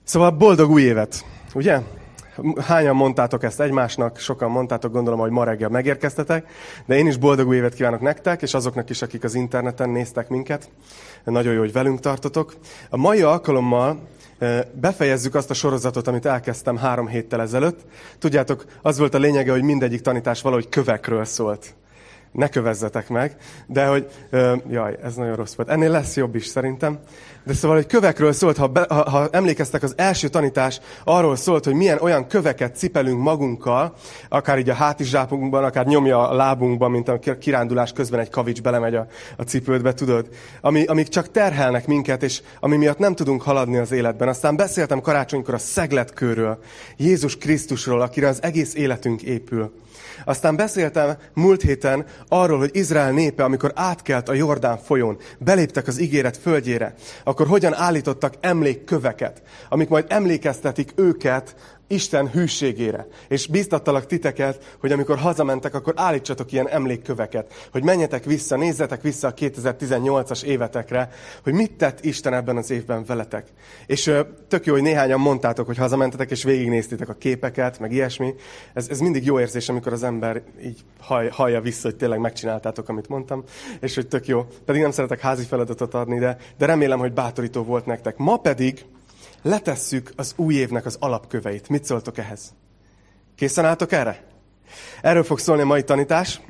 Szóval boldog új évet, ugye? Hányan mondtátok ezt egymásnak, sokan mondtátok, gondolom, hogy ma reggel megérkeztetek, de én is boldog új évet kívánok nektek, és azoknak is, akik az interneten néztek minket. Nagyon jó, hogy velünk tartotok. A mai alkalommal befejezzük azt a sorozatot, amit elkezdtem 3 héttel ezelőtt. Tudjátok, az volt a lényege, hogy mindegyik tanítás valahogy kövekről szólt. Ne kövezzetek meg, de hogy, jaj, ez nagyon rossz volt. Ennél lesz jobb is szerintem. De szóval, hogy kövekről szólt, ha emlékeztek, az első tanítás arról szólt, hogy milyen olyan köveket cipelünk magunkkal, akár így a hátizsákunkban, akár nyomja a lábunkban, mint a kirándulás közben egy kavics belemegy a cipődbe, tudod? Amik csak terhelnek minket, és ami miatt nem tudunk haladni az életben. Aztán beszéltem karácsonykor a szegletkőről, Jézus Krisztusról, akire az egész életünk épül. Aztán beszéltem múlt héten arról, hogy Izrael népe, amikor átkelt a Jordán folyón, beléptek az ígéret földjére, akkor hogyan állítottak emlékköveket, amik majd emlékeztetik őket Isten hűségére. És bíztattalak titeket, hogy amikor hazamentek, akkor állítsatok ilyen emlékköveket, hogy menjetek vissza, nézzetek vissza a 2018-as évetekre, hogy mit tett Isten ebben az évben veletek. És tök jó, hogy néhányan mondtátok, hogy hazamentetek, és végignéztétek a képeket, meg ilyesmi. Ez mindig jó érzés, amikor az ember így hallja vissza, hogy tényleg megcsináltátok, amit mondtam, és hogy tök jó. Pedig nem szeretek házi feladatot adni, de remélem, hogy bátorító volt nektek. Ma pedig letesszük az új évnek az alapköveit. Mit szóltok ehhez? Készen álltok erre? Erről fog szólni a mai tanítás.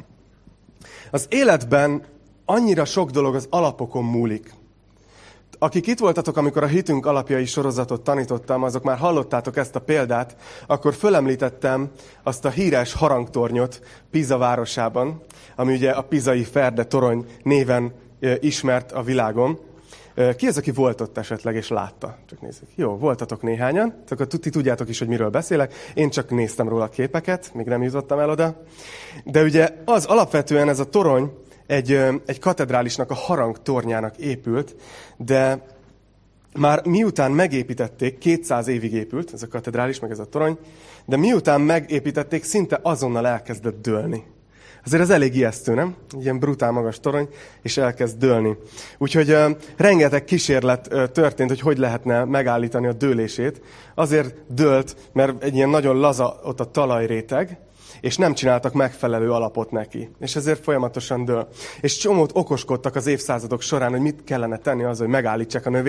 Az életben annyira sok dolog az alapokon múlik. Akik itt voltatok, amikor a hitünk alapjai sorozatot tanítottam, azok már hallottátok ezt a példát, akkor fölemlítettem azt a híres harangtornyot Pisa városában, ami ugye a Pisai Ferde torony néven ismert a világon. Ki az, aki volt ott esetleg, és látta? Csak nézzük. Jó, voltatok néhányan, akkor ti tudjátok is, hogy miről beszélek. Én csak néztem róla a képeket, még nem jutottam el oda. De ugye az alapvetően ez a torony egy katedrálisnak a harangtornyának épült, de már miután megépítették, 200 évig épült ez a katedrális, meg ez a torony, de miután megépítették, szinte azonnal elkezdett dőlni. Azért ez elég ijesztő, nem? Ilyen brutál magas torony, és elkezd dőlni. Úgyhogy rengeteg kísérlet történt, hogy lehetne megállítani a dőlését. Azért dőlt, mert egy ilyen nagyon laza ott a talajréteg, és nem csináltak megfelelő alapot neki. És ezért folyamatosan dől. És csomót okoskodtak az évszázadok során, hogy mit kellene tenni az, hogy megállítsák a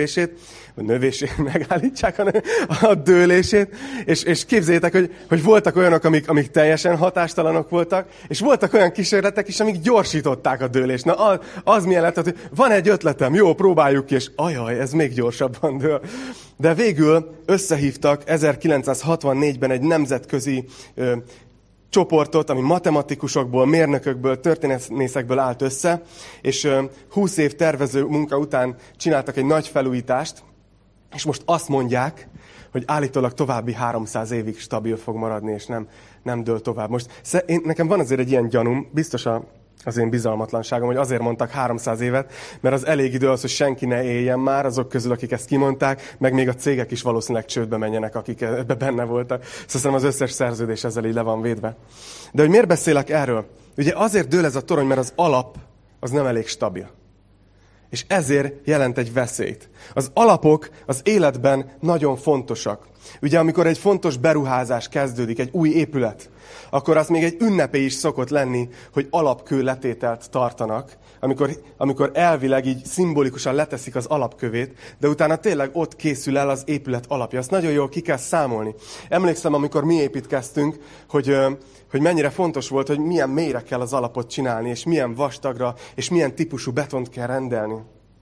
megállítsák a dőlését. És képzeljétek, hogy voltak olyanok, amik teljesen hatástalanok voltak, és voltak olyan kísérletek is, amik gyorsították a dőlést. Na, az milyen lett, hogy van egy ötletem, jó, próbáljuk ki, és ajaj, ez még gyorsabban dől. De végül összehívtak 1964-ben egy nemzetközi csoportot, ami matematikusokból, mérnökökből, történészekből állt össze, és 20 év tervező munka után csináltak egy nagy felújítást, és most azt mondják, hogy állítólag további 300 évig stabil fog maradni, és nem dől tovább. Most nekem van azért egy ilyen gyanúm, biztos az én bizalmatlanságom, hogy azért mondtak 300 évet, mert az elég idő az, hogy senki ne éljen már, azok közül, akik ezt kimondták, meg még a cégek is valószínűleg csődbe menjenek, akik ebbe benne voltak. Szóval az összes szerződés ezzel így le van védve. De hogy miért beszélek erről? Ugye azért dől ez a torony, mert az alap az nem elég stabil. És ezért jelent egy veszélyt. Az alapok az életben nagyon fontosak. Ugye amikor egy fontos beruházás kezdődik, egy új épület, akkor az még egy ünnepé is szokott lenni, hogy alapkő letételt tartanak, amikor elvileg így szimbolikusan leteszik az alapkövét, de utána tényleg ott készül el az épület alapja. Azt nagyon jól ki kell számolni. Emlékszem, amikor mi építkeztünk, hogy mennyire fontos volt, hogy milyen mélyre kell az alapot csinálni, és milyen vastagra, és milyen típusú betont kell rendelni.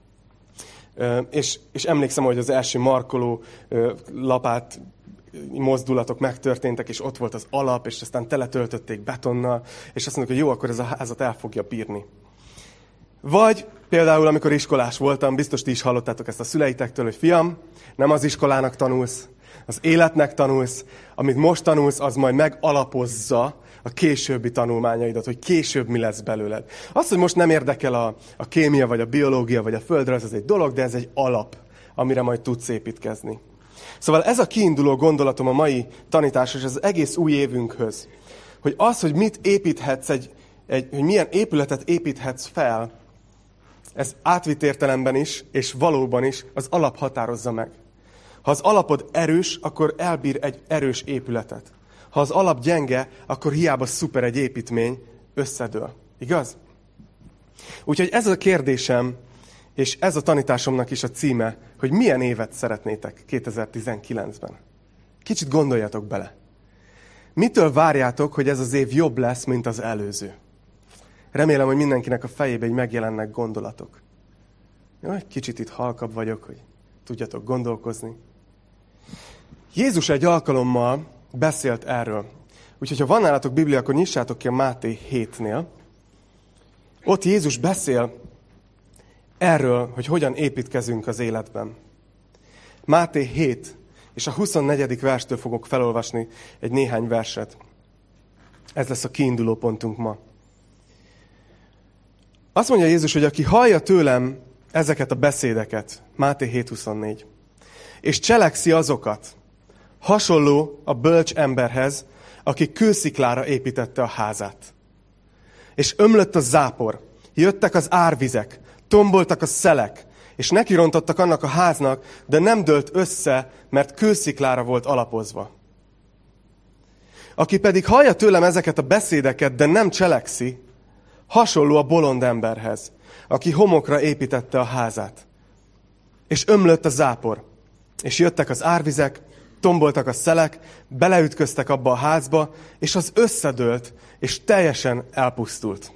És emlékszem, hogy az első markoló lapát mozdulatok megtörténtek, és ott volt az alap, és aztán teletöltötték betonnal, és azt mondjuk, hogy jó, akkor ez a házat el fogja bírni. Vagy például, amikor iskolás voltam, biztos ti is hallottátok ezt a szüleitektől, hogy fiam, nem az iskolának tanulsz, az életnek tanulsz, amit most tanulsz, az majd megalapozza a későbbi tanulmányaidat, hogy később mi lesz belőled. Az, hogy most nem érdekel a kémia, vagy a biológia, vagy a földrajz, ez egy dolog, de ez egy alap, amire majd tudsz építkezni. Szóval ez a kiinduló gondolatom a mai tanításra, és az egész új évünkhöz, hogy az, hogy mit építhetsz, hogy milyen épületet építhetsz fel, ez átvitt értelemben is, és valóban is az alap határozza meg. Ha az alapod erős, akkor elbír egy erős épületet. Ha az alap gyenge, akkor hiába szuper egy építmény, összedől. Igaz? Úgyhogy ez a kérdésem, és ez a tanításomnak is a címe, hogy milyen évet szeretnétek 2019-ben. Kicsit gondoljatok bele. Mitől várjátok, hogy ez az év jobb lesz, mint az előző? Remélem, hogy mindenkinek a fejébe így megjelennek gondolatok. Jó, egy kicsit itt halkabb vagyok, hogy tudjatok gondolkozni. Jézus egy alkalommal beszélt erről. Úgyhogy, ha van nálatok Biblia, akkor nyissátok ki a Máté 7-nél. Ott Jézus beszél erről, hogy hogyan építkezünk az életben. Máté 7, és a 24. verstől fogok felolvasni egy néhány verset. Ez lesz a kiinduló pontunk ma. Azt mondja Jézus, hogy aki hallja tőlem ezeket a beszédeket, Máté 7.24, és cselekszi azokat, hasonló a bölcs emberhez, aki kősziklára építette a házát. És ömlött a zápor, jöttek az árvizek, tomboltak a szelek, és nekirontottak annak a háznak, de nem dőlt össze, mert kősziklára volt alapozva. Aki pedig hallja tőlem ezeket a beszédeket, de nem cselekszi, hasonló a bolond emberhez, aki homokra építette a házát. És ömlött a zápor, és jöttek az árvizek, tomboltak a szelek, beleütköztek abba a házba, és az összedőlt, és teljesen elpusztult.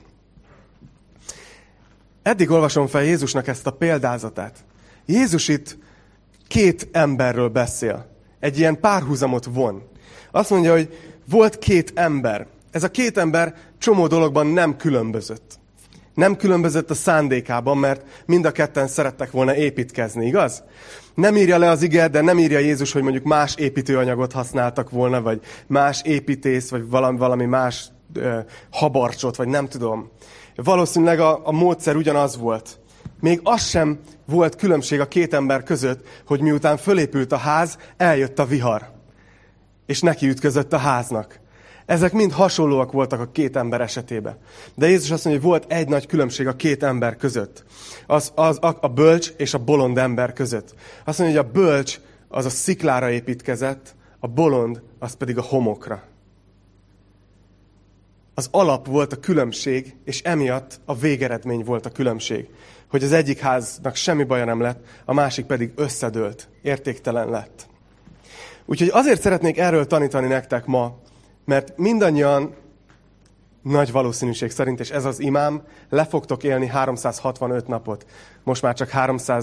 Eddig olvasom fel Jézusnak ezt a példázatát. Jézus itt két emberről beszél. Egy ilyen párhuzamot von. Azt mondja, hogy volt két ember. Ez a két ember csomó dologban nem különbözött. Nem különbözött a szándékában, mert mind a ketten szerettek volna építkezni, igaz? Nem írja le az ige, de nem írja Jézus, hogy mondjuk más építőanyagot használtak volna, vagy más építész, vagy valami más habarcsot, vagy nem tudom. Valószínűleg a módszer ugyanaz volt. Még az sem volt különbség a két ember között, hogy miután fölépült a ház, eljött a vihar. És neki ütközött a háznak. Ezek mind hasonlóak voltak a két ember esetében. De Jézus azt mondja, hogy volt egy nagy különbség a két ember között. A bölcs és a bolond ember között. Azt mondja, hogy a bölcs az a sziklára építkezett, a bolond az pedig a homokra. Az alap volt a különbség, és emiatt a végeredmény volt a különbség. Hogy az egyik háznak semmi baja nem lett, a másik pedig összedőlt, értéktelen lett. Úgyhogy azért szeretnék erről tanítani nektek ma, mert mindannyian nagy valószínűség szerint, és ez az imám, le fogtok élni 365 napot. Most már csak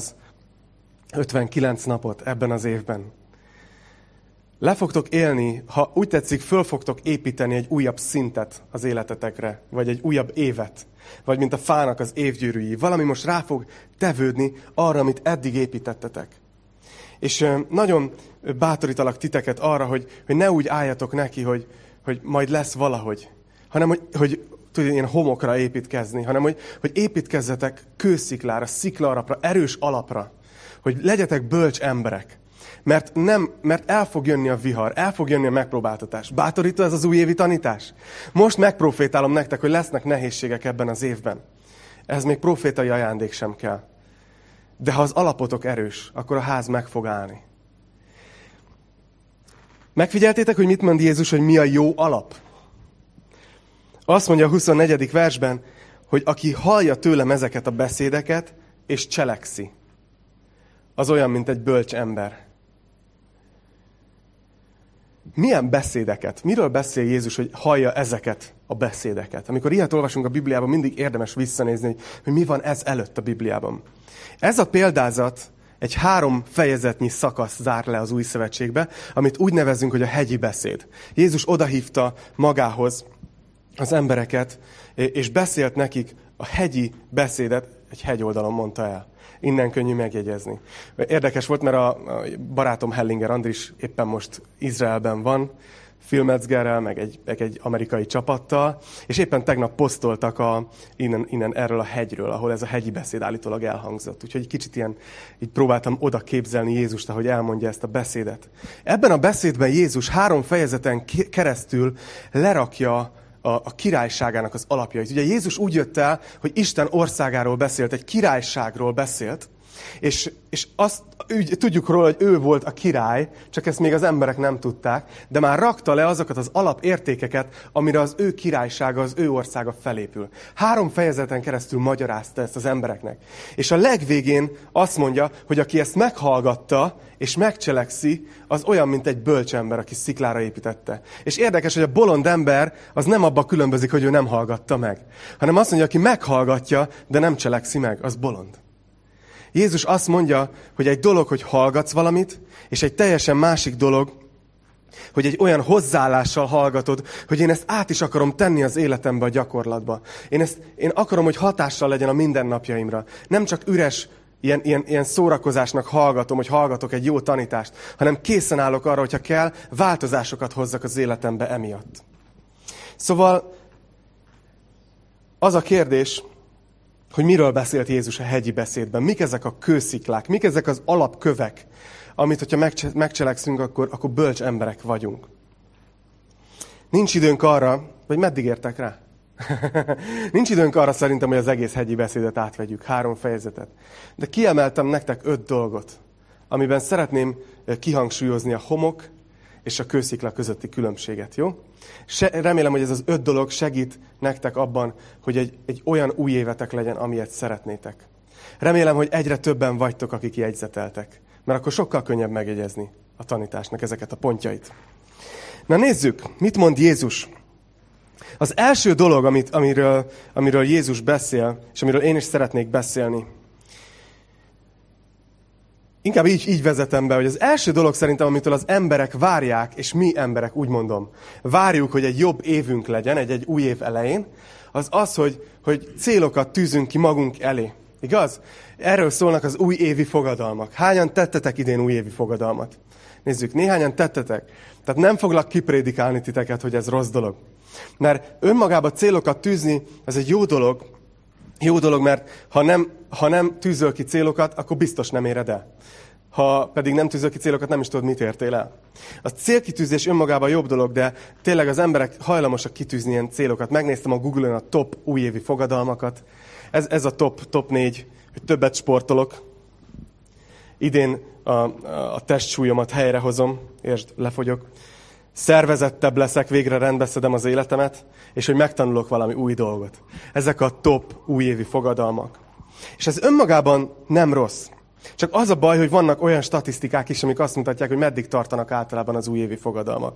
359 napot ebben az évben. Le fogtok élni, ha úgy tetszik, föl fogtok építeni egy újabb szintet az életetekre, vagy egy újabb évet, vagy mint a fának az évgyűrűi. Valami most rá fog tevődni arra, amit eddig építettetek. És nagyon bátorítalak titeket arra, hogy ne úgy álljatok neki, hogy majd lesz valahogy, hanem hogy tudja, ilyen homokra építkezni, hanem hogy építkezzetek kősziklára, sziklarapra, erős alapra, hogy legyetek bölcs emberek. Mert el fog jönni a vihar, el fog jönni a megpróbáltatás. Bátorító ez az újévi tanítás? Most megprofétálom nektek, hogy lesznek nehézségek ebben az évben. Ez még profétai ajándék sem kell. De ha az alapotok erős, akkor a ház meg fog állni. Megfigyeltétek, hogy mit mond Jézus, hogy mi a jó alap? Azt mondja a 24. versben, hogy aki hallja tőlem ezeket a beszédeket, és cselekszi, az olyan, mint egy bölcs ember. Milyen beszédeket? Miről beszél Jézus, hogy hallja ezeket a beszédeket? Amikor ilyet olvasunk a Bibliában, mindig érdemes visszanézni, hogy mi van ez előtt a Bibliában. Ez a példázat egy 3 fejezetnyi szakasz zár le az Új Szövetségbe, amit úgy nevezünk, hogy a hegyi beszéd. Jézus odahívta magához az embereket, és beszélt nekik a hegyi beszédet, egy hegyoldalon mondta el. Innen könnyű megjegyezni. Érdekes volt, mert a barátom Hellinger Andris éppen most Izraelben van, Phil meg egy amerikai csapattal, és éppen tegnap posztoltak innen erről a hegyről, ahol ez a hegyi beszéd állítólag elhangzott. Úgyhogy egy kicsit így próbáltam oda képzelni Jézust, ahogy elmondja ezt a beszédet. Ebben a beszédben Jézus 3 fejezeten keresztül lerakja a királyságának az alapjait. Ugye Jézus úgy jött el, hogy Isten országáról beszélt, egy királyságról beszélt, És azt tudjuk róla, hogy ő volt a király, csak ezt még az emberek nem tudták, de már rakta le azokat az alapértékeket, amire az ő királysága, az ő országa felépül. 3 fejezeten keresztül magyarázta ezt az embereknek. És a legvégén azt mondja, hogy aki ezt meghallgatta, és megcselekszi, az olyan, mint egy bölcs ember, aki sziklára építette. És érdekes, hogy a bolond ember az nem abba különbözik, hogy ő nem hallgatta meg, hanem azt mondja, aki meghallgatja, de nem cselekszi meg, az bolond. Jézus azt mondja, hogy egy dolog, hogy hallgatsz valamit, és egy teljesen másik dolog, hogy egy olyan hozzáállással hallgatod, hogy én ezt át is akarom tenni az életembe, a gyakorlatba. Én akarom, hogy hatással legyen a mindennapjaimra. Nem csak üres, ilyen szórakozásnak hallgatom, hogy hallgatok egy jó tanítást, hanem készen állok arra, hogyha kell, változásokat hozzak az életembe emiatt. Szóval az a kérdés, hogy miről beszélt Jézus a hegyi beszédben, mik ezek a kősziklák, mik ezek az alapkövek, amit, hogyha megcselekszünk, akkor bölcs emberek vagyunk. Nincs időnk arra, vagy meddig értek rá? Nincs időnk arra szerintem, hogy az egész hegyi beszédet átvegyük, 3 fejezetet. De kiemeltem nektek 5 dolgot, amiben szeretném kihangsúlyozni a homok és a kőszikla közötti különbséget, jó? Remélem, hogy ez az 5 dolog segít nektek abban, hogy egy olyan új évetek legyen, amilyet szeretnétek. Remélem, hogy egyre többen vagytok, akik jegyzeteltek, mert akkor sokkal könnyebb megjegyezni a tanításnak ezeket a pontjait. Na nézzük, mit mond Jézus. Az első dolog, amiről Jézus beszél, és amiről én is szeretnék beszélni, inkább így vezetem be, hogy az első dolog szerintem, amitől az emberek várják, és mi emberek, úgy mondom, várjuk, hogy egy jobb évünk legyen, egy új év elején, az, hogy célokat tűzünk ki magunk elé. Igaz? Erről szólnak az újévi fogadalmak. Hányan tettetek idén újévi fogadalmat? Nézzük, néhányan tettetek. Tehát nem foglak kiprédikálni titeket, hogy ez rossz dolog. Mert önmagában célokat tűzni, ez egy jó dolog, mert ha nem tűzöl ki célokat, akkor biztos nem éred el. Ha pedig nem tűzöl ki célokat, nem is tudod, mit értél el. A célkitűzés önmagában jobb dolog, de tényleg az emberek hajlamosak kitűzni ilyen célokat. Megnéztem a Google-on a top újévi fogadalmakat. Ez a top 4, hogy többet sportolok. Idén a testsúlyomat helyrehozom, értsd, lefogyok. Szervezettebb leszek, végre rendbeszedem az életemet, és hogy megtanulok valami új dolgot. Ezek a top újévi fogadalmak. És ez önmagában nem rossz. Csak az a baj, hogy vannak olyan statisztikák is, amik azt mutatják, hogy meddig tartanak általában az újévi fogadalmak.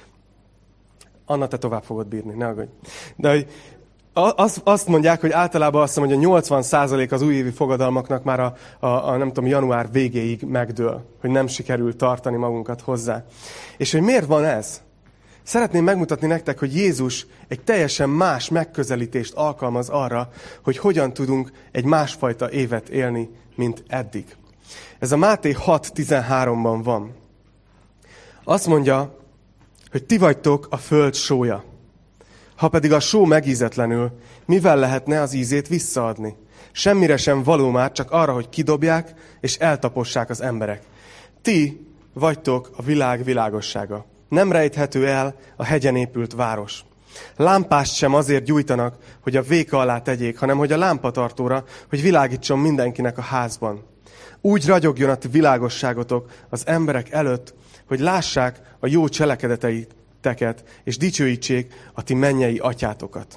Anna, te tovább fogod bírni, ne aggódj. De hogy azt mondják, hogy általában azt mondom, hogy a 80% az újévi fogadalmaknak már a nem tudom, január végéig megdől, hogy nem sikerül tartani magunkat hozzá. És hogy miért van ez? Szeretném megmutatni nektek, hogy Jézus egy teljesen más megközelítést alkalmaz arra, hogy hogyan tudunk egy másfajta évet élni, mint eddig. Ez a Máté 6:13-ban van. Azt mondja, hogy ti vagytok a föld sója. Ha pedig a só megízetlenül, mivel lehetne az ízét visszaadni? Semmire sem való már, csak arra, hogy kidobják és eltapossák az emberek. Ti vagytok a világ világossága. Nem rejthető el a hegyen épült város. Lámpást sem azért gyújtanak, hogy a véka alá tegyék, hanem hogy a lámpatartóra, hogy világítson mindenkinek a házban. Úgy ragyogjon a ti világosságotok az emberek előtt, hogy lássák a jó cselekedeteiteket, és dicsőítsék a ti mennyei atyátokat.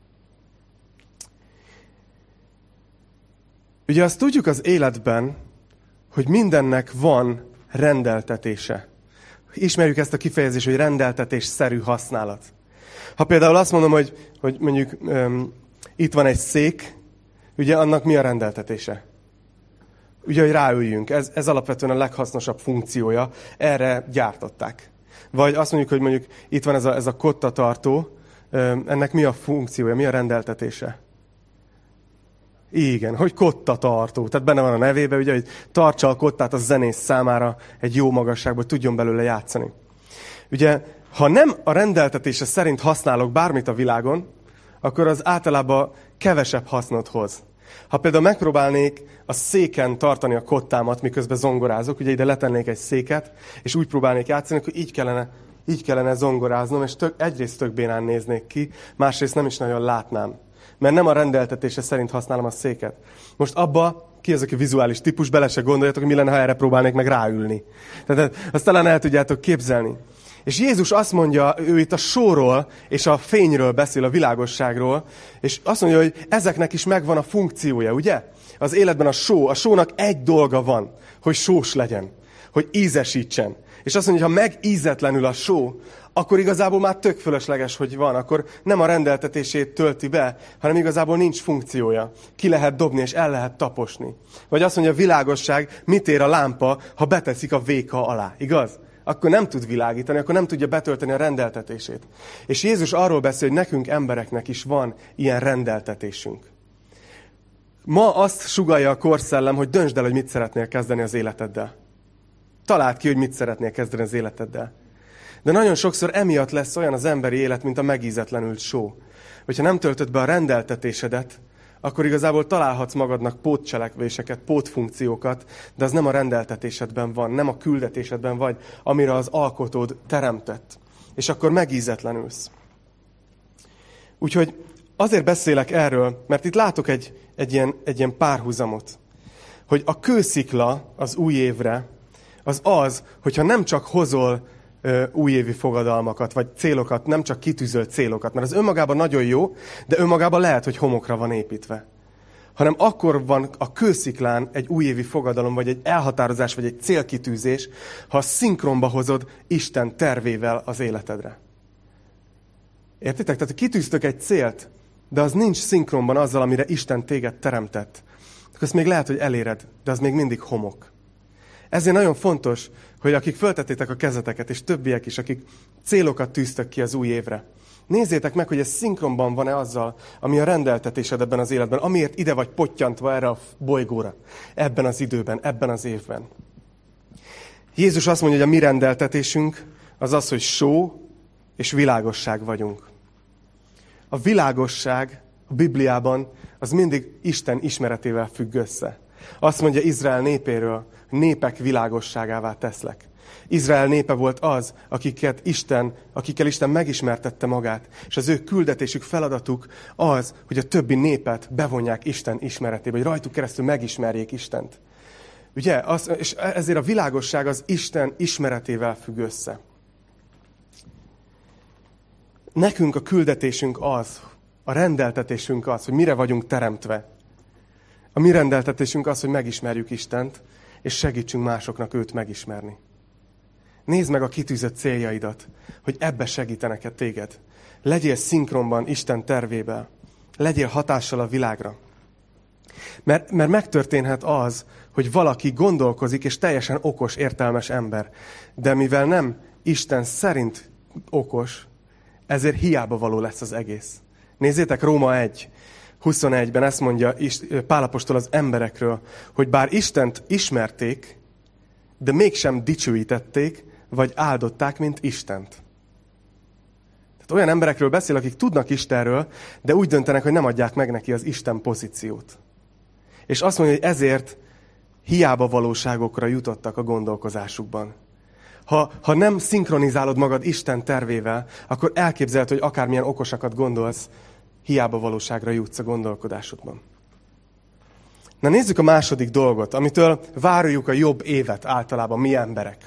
Ugye azt tudjuk az életben, hogy mindennek van rendeltetése. Ismerjük ezt a kifejezést, hogy rendeltetésszerű használat. Ha például azt mondom, hogy mondjuk itt van egy szék, ugye annak mi a rendeltetése? Ugye, hogy ráüljünk. Ez alapvetően a leghasznosabb funkciója. Erre gyártották. Vagy azt mondjuk, hogy mondjuk itt van ez a kottatartó, ennek mi a funkciója, mi a rendeltetése? Igen, hogy kottatartó. Tehát benne van a nevében, ugye, hogy tartsa a kottát a zenész számára egy jó magasságban, tudjon belőle játszani. Ugye, ha nem a rendeltetése szerint használok bármit a világon, akkor az általában kevesebb hasznot hoz. Ha például megpróbálnék a széken tartani a kottámat, miközben zongorázok, ugye ide letennék egy széket, és úgy próbálnék játszani, akkor így kellene zongoráznom, és egyrészt tök bénán néznék ki, másrészt nem is nagyon látnám. mert nem a rendeltetése szerint használom a széket. Most abba, ki az, aki vizuális típus, bele se gondoljatok, hogy mi lenne, ha erre próbálnék meg ráülni. Tehát azt talán el tudjátok képzelni. És Jézus azt mondja, ő itt a sóról és a fényről beszél, a világosságról, és azt mondja, hogy ezeknek is megvan a funkciója, ugye? Az életben a sónak egy dolga van, hogy sós legyen, hogy ízesítsen. És azt mondja, hogy ha megízetlenül a só, akkor igazából már tök fölösleges, hogy van, akkor nem a rendeltetését tölti be, hanem igazából nincs funkciója. Ki lehet dobni, és el lehet taposni. Vagy azt mondja, a világosság, mit ér a lámpa, ha beteszik a véka alá, igaz? Akkor nem tud világítani, akkor nem tudja betölteni a rendeltetését. És Jézus arról beszél, hogy nekünk embereknek is van ilyen rendeltetésünk. Ma azt sugallja a korszellem, hogy döntsd el, hogy mit szeretnél kezdeni az életeddel. Találd ki, hogy mit szeretnél kezdeni az életeddel. De nagyon sokszor emiatt lesz olyan az emberi élet, mint a megízetlenült só. Hogyha nem töltöd be a rendeltetésedet, akkor igazából találhatsz magadnak pótcselekvéseket, pótfunkciókat, de az nem a rendeltetésedben van, nem a küldetésedben vagy, amire az alkotód teremtett. És akkor megízetlenülsz. Úgyhogy azért beszélek erről, mert itt látok egy ilyen párhuzamot, hogy a kőszikla az új évre az, hogyha nem csak hozol újévi fogadalmakat, vagy célokat, nem csak kitűzölt célokat, mert az önmagában nagyon jó, de önmagában lehet, hogy homokra van építve. Hanem akkor van a kősziklán egy újévi fogadalom, vagy egy elhatározás, vagy egy célkitűzés, ha szinkronba hozod Isten tervével az életedre. Értitek? Tehát kitűztök egy célt, de az nincs szinkronban azzal, amire Isten téged teremtett. Akkor azt még lehet, hogy eléred, de az még mindig homok. Ezért nagyon fontos, hogy akik föltettétek a kezeteket, és többiek is, akik célokat tűztök ki az új évre, nézzétek meg, hogy ez szinkronban van-e azzal, ami a rendeltetésed ebben az életben, amiért ide vagy pottyantva erre a bolygóra, ebben az időben, ebben az évben. Jézus azt mondja, hogy a mi rendeltetésünk az, hogy só és világosság vagyunk. A világosság a Bibliában az mindig Isten ismeretével függ össze. Azt mondja Izrael népéről, hogy népek világosságává teszlek. Izrael népe volt az, akikkel Isten megismertette magát, és az ő küldetésük, feladatuk az, hogy a többi népet bevonják Isten ismeretébe, hogy rajtuk keresztül megismerjék Istent. Ugye? És ezért a világosság az Isten ismeretével függ össze. Nekünk a küldetésünk az, a rendeltetésünk az, hogy mire vagyunk teremtve. A mi rendeltetésünk az, hogy megismerjük Istent, és segítsünk másoknak őt megismerni. Nézd meg a kitűzött céljaidat, hogy ebbe segítenek-e téged. Legyél szinkronban Isten tervével. Legyél hatással a világra. Mert megtörténhet az, hogy valaki gondolkozik, és teljesen okos, értelmes ember. De mivel nem Isten szerint okos, ezért hiába való lesz az egész. Nézzétek, Róma 1:21-ben ezt mondja Pál apostol az emberekről, hogy bár Istent ismerték, de mégsem dicsőítették, vagy áldották, mint Istent. Tehát olyan emberekről beszél, akik tudnak Istenről, de úgy döntenek, hogy nem adják meg neki az Isten pozíciót. És azt mondja, hogy ezért hiába valóságokra jutottak a gondolkozásukban. Ha nem szinkronizálod magad Isten tervével, akkor elképzelhet, hogy akármilyen okosakat gondolsz, hiába valóságra jutsz a gondolkodásodban. Na nézzük a második dolgot, amitől várjuk a jobb évet általában mi emberek.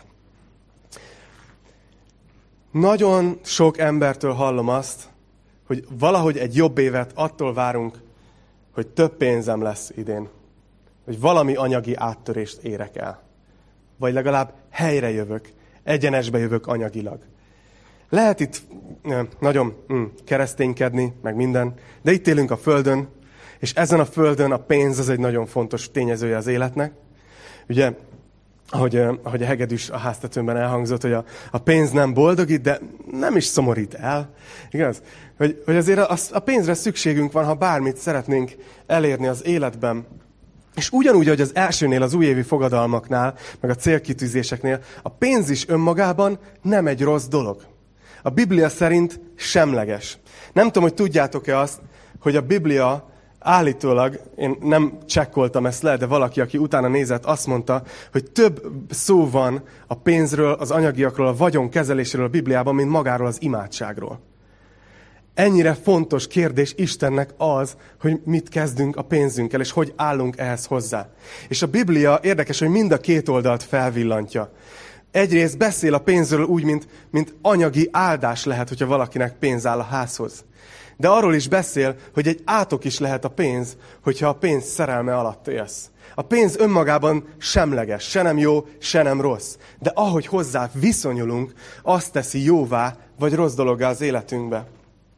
Nagyon sok embertől hallom azt, hogy valahogy egy jobb évet attól várunk, hogy több pénzem lesz idén. Hogy valami anyagi áttörést érek el. Vagy legalább helyre jövök, egyenesbe jövök anyagilag. Lehet itt nagyon kereszténykedni, meg minden, de itt élünk a Földön, és ezen a Földön a pénz az egy nagyon fontos tényezője az életnek. Ugye, ahogy a hegedűs a háztetőmben elhangzott, hogy a pénz nem boldogít, de nem is szomorít el. Igaz? Hogy azért a pénzre szükségünk van, ha bármit szeretnénk elérni az életben. És ugyanúgy, hogy az elsőnél, az újévi fogadalmaknál, meg a célkitűzéseknél, a pénz is önmagában nem egy rossz dolog. A Biblia szerint semleges. Nem tudom, hogy tudjátok-e azt, hogy a Biblia állítólag, én nem csekkoltam ezt le, de valaki, aki utána nézett, azt mondta, hogy több szó van a pénzről, az anyagiakról, a vagyon kezeléséről a Bibliában, mint magáról az imádságról. Ennyire fontos kérdés Istennek az, hogy mit kezdünk a pénzünkkel, és hogy állunk ehhez hozzá. És a Biblia érdekes, hogy mind a két oldalt felvillantja. Egyrészt beszél a pénzről úgy, mint anyagi áldás lehet, hogyha valakinek pénz áll a házhoz. De arról is beszél, hogy egy átok is lehet a pénz, hogyha a pénz szerelme alatt élsz. A pénz önmagában semleges, se nem jó, se nem rossz. De ahogy hozzá viszonyulunk, azt teszi jóvá, vagy rossz dologgá az életünkbe.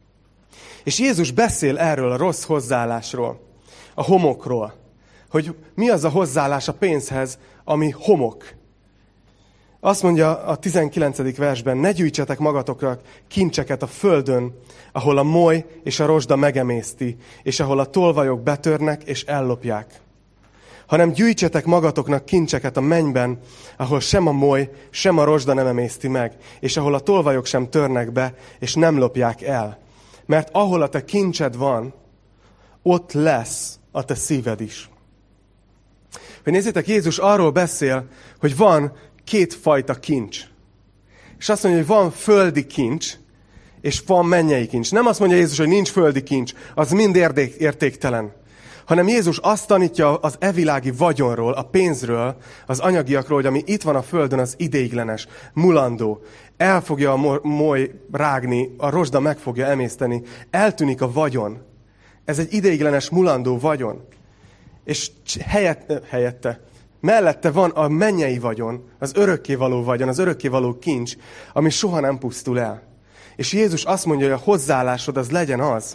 És Jézus beszél erről a rossz hozzáállásról, a homokról. Hogy mi az a hozzáállás a pénzhez, ami homok. Azt mondja a 19. versben, ne gyűjtsetek magatokra kincseket a földön, ahol a moly és a rozsda megemészti, és ahol a tolvajok betörnek és ellopják. Hanem gyűjtsetek magatoknak kincseket a mennyben, ahol sem a moly, sem a rozsda nem emészti meg, és ahol a tolvajok sem törnek be, és nem lopják el. Mert ahol a te kincsed van, ott lesz a te szíved is. Hogy nézzétek, Jézus arról beszél, hogy van két fajta kincs. És azt mondja, hogy van földi kincs, és van mennyei kincs. Nem azt mondja Jézus, hogy nincs földi kincs, az mind értéktelen. Hanem Jézus azt tanítja az evilági vagyonról, a pénzről, az anyagiakról, hogy ami itt van a földön, az ideiglenes, mulandó. El fogja a moly rágni, a rozsda meg fogja emészteni, eltűnik a vagyon. Ez egy ideiglenes, mulandó vagyon. És helyette, mellette van a mennyei vagyon, az örökkévaló vagyon, az örökkévaló kincs, ami soha nem pusztul el. És Jézus azt mondja, hogy a hozzáállásod az legyen az,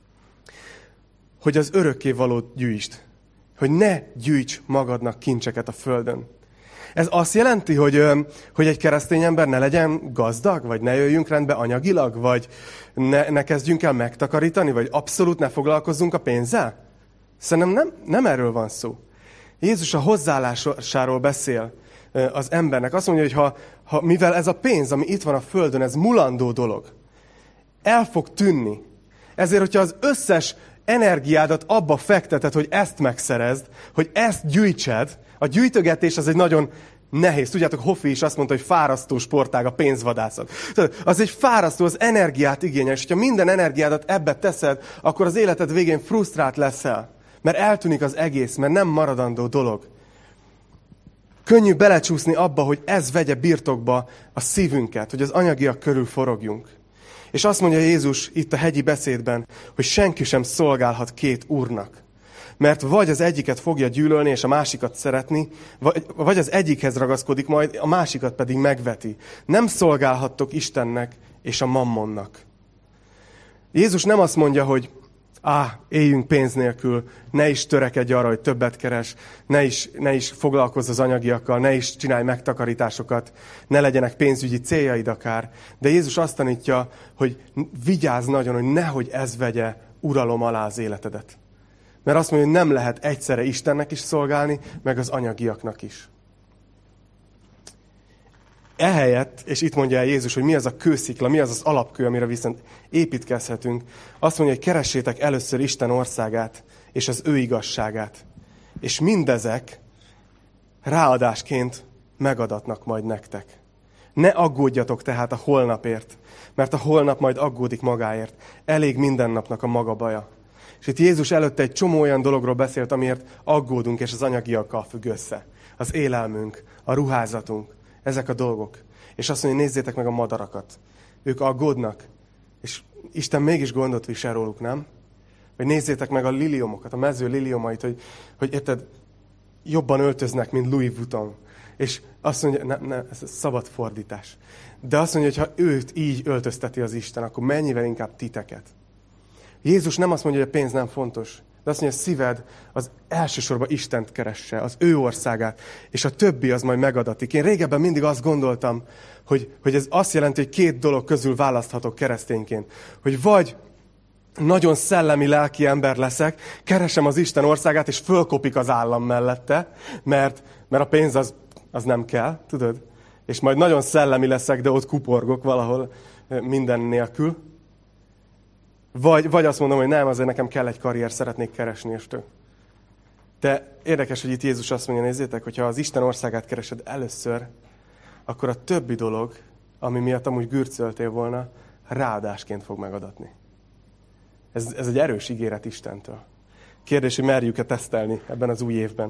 hogy az örökkévalót gyűjtsd. Hogy ne gyűjts magadnak kincseket a földön. Ez azt jelenti, hogy egy keresztény ember ne legyen gazdag, vagy ne jöjjünk rendbe anyagilag, vagy ne kezdjünk el megtakarítani, vagy abszolút ne foglalkozzunk a pénzzel? Szerintem nem erről van szó. Jézus a hozzáállásáról beszél az embernek. Azt mondja, hogy mivel ez a pénz, ami itt van a földön, ez mulandó dolog, el fog tűnni. Ezért, hogyha az összes energiádat abba fekteted, hogy ezt megszerezd, hogy ezt gyűjtsed, a gyűjtögetés az egy nagyon nehéz. Tudjátok, Hoffi is azt mondta, hogy fárasztó sportág a pénzvadászat. Az egy fárasztó, az energiát igényel, és ha minden energiádat ebbe teszed, akkor az életed végén frusztrált leszel. Mert eltűnik az egész, mert nem maradandó dolog. Könnyű belecsúszni abba, hogy ez vegye birtokba a szívünket, hogy az anyagiak körül forogjunk. És azt mondja Jézus itt a hegyi beszédben, hogy senki sem szolgálhat két úrnak. Mert vagy az egyiket fogja gyűlölni, és a másikat szeretni, vagy az egyikhez ragaszkodik majd, a másikat pedig megveti. Nem szolgálhattok Istennek és a mammonnak. Jézus nem azt mondja, hogy éljünk pénz nélkül, ne is törekedj arra, hogy többet keres, ne is foglalkozz az anyagiakkal, ne is csinálj megtakarításokat, ne legyenek pénzügyi céljaid akár. De Jézus azt tanítja, hogy vigyázz nagyon, hogy nehogy ez vegye uralom alá az életedet. Mert azt mondja, hogy nem lehet egyszerre Istennek is szolgálni, meg az anyagiaknak is. Ehelyett, és itt mondja el Jézus, hogy mi az a kőszikla, mi az az alapkő, amire viszont építkezhetünk. Azt mondja, hogy keressétek először Isten országát, és az ő igazságát. És mindezek ráadásként megadatnak majd nektek. Ne aggódjatok tehát a holnapért, mert a holnap majd aggódik magáért. Elég minden napnak a maga baja. És itt Jézus előtte egy csomó olyan dologról beszélt, amiért aggódunk, és az anyagiakkal függ össze. Az élelmünk, a ruházatunk, ezek a dolgok. És azt mondja, nézzétek meg a madarakat. Ők aggódnak, és Isten mégis gondot visel róluk, nem? Vagy nézzétek meg a liliomokat, a mező liliomait, hogy érted, jobban öltöznek, mint Louis Vuitton. És azt mondja, ez szabad fordítás. De azt mondja, hogy ha őt így öltözteti az Isten, akkor mennyivel inkább titeket. Jézus nem azt mondja, hogy a pénz nem fontos, de azt mondja, hogy a szíved az elsősorban Istent keresse, az ő országát, és a többi az majd megadatik. Én régebben mindig azt gondoltam, hogy ez azt jelenti, hogy két dolog közül választhatok keresztényként. Hogy vagy nagyon szellemi, lelki ember leszek, keresem az Isten országát, és fölkopik az állam mellette, mert a pénz az nem kell, tudod? És majd nagyon szellemi leszek, de ott kuporgok valahol minden nélkül. Vagy azt mondom, hogy nem, azért nekem kell egy karrier, szeretnék keresni, és tök. De érdekes, hogy itt Jézus azt mondja, nézzétek, hogyha az Isten országát keresed először, akkor a többi dolog, ami miatt amúgy gürcöltél volna, ráadásként fog megadatni. Ez egy erős ígéret Istentől. Kérdés, hogy merjük-e tesztelni ebben az új évben.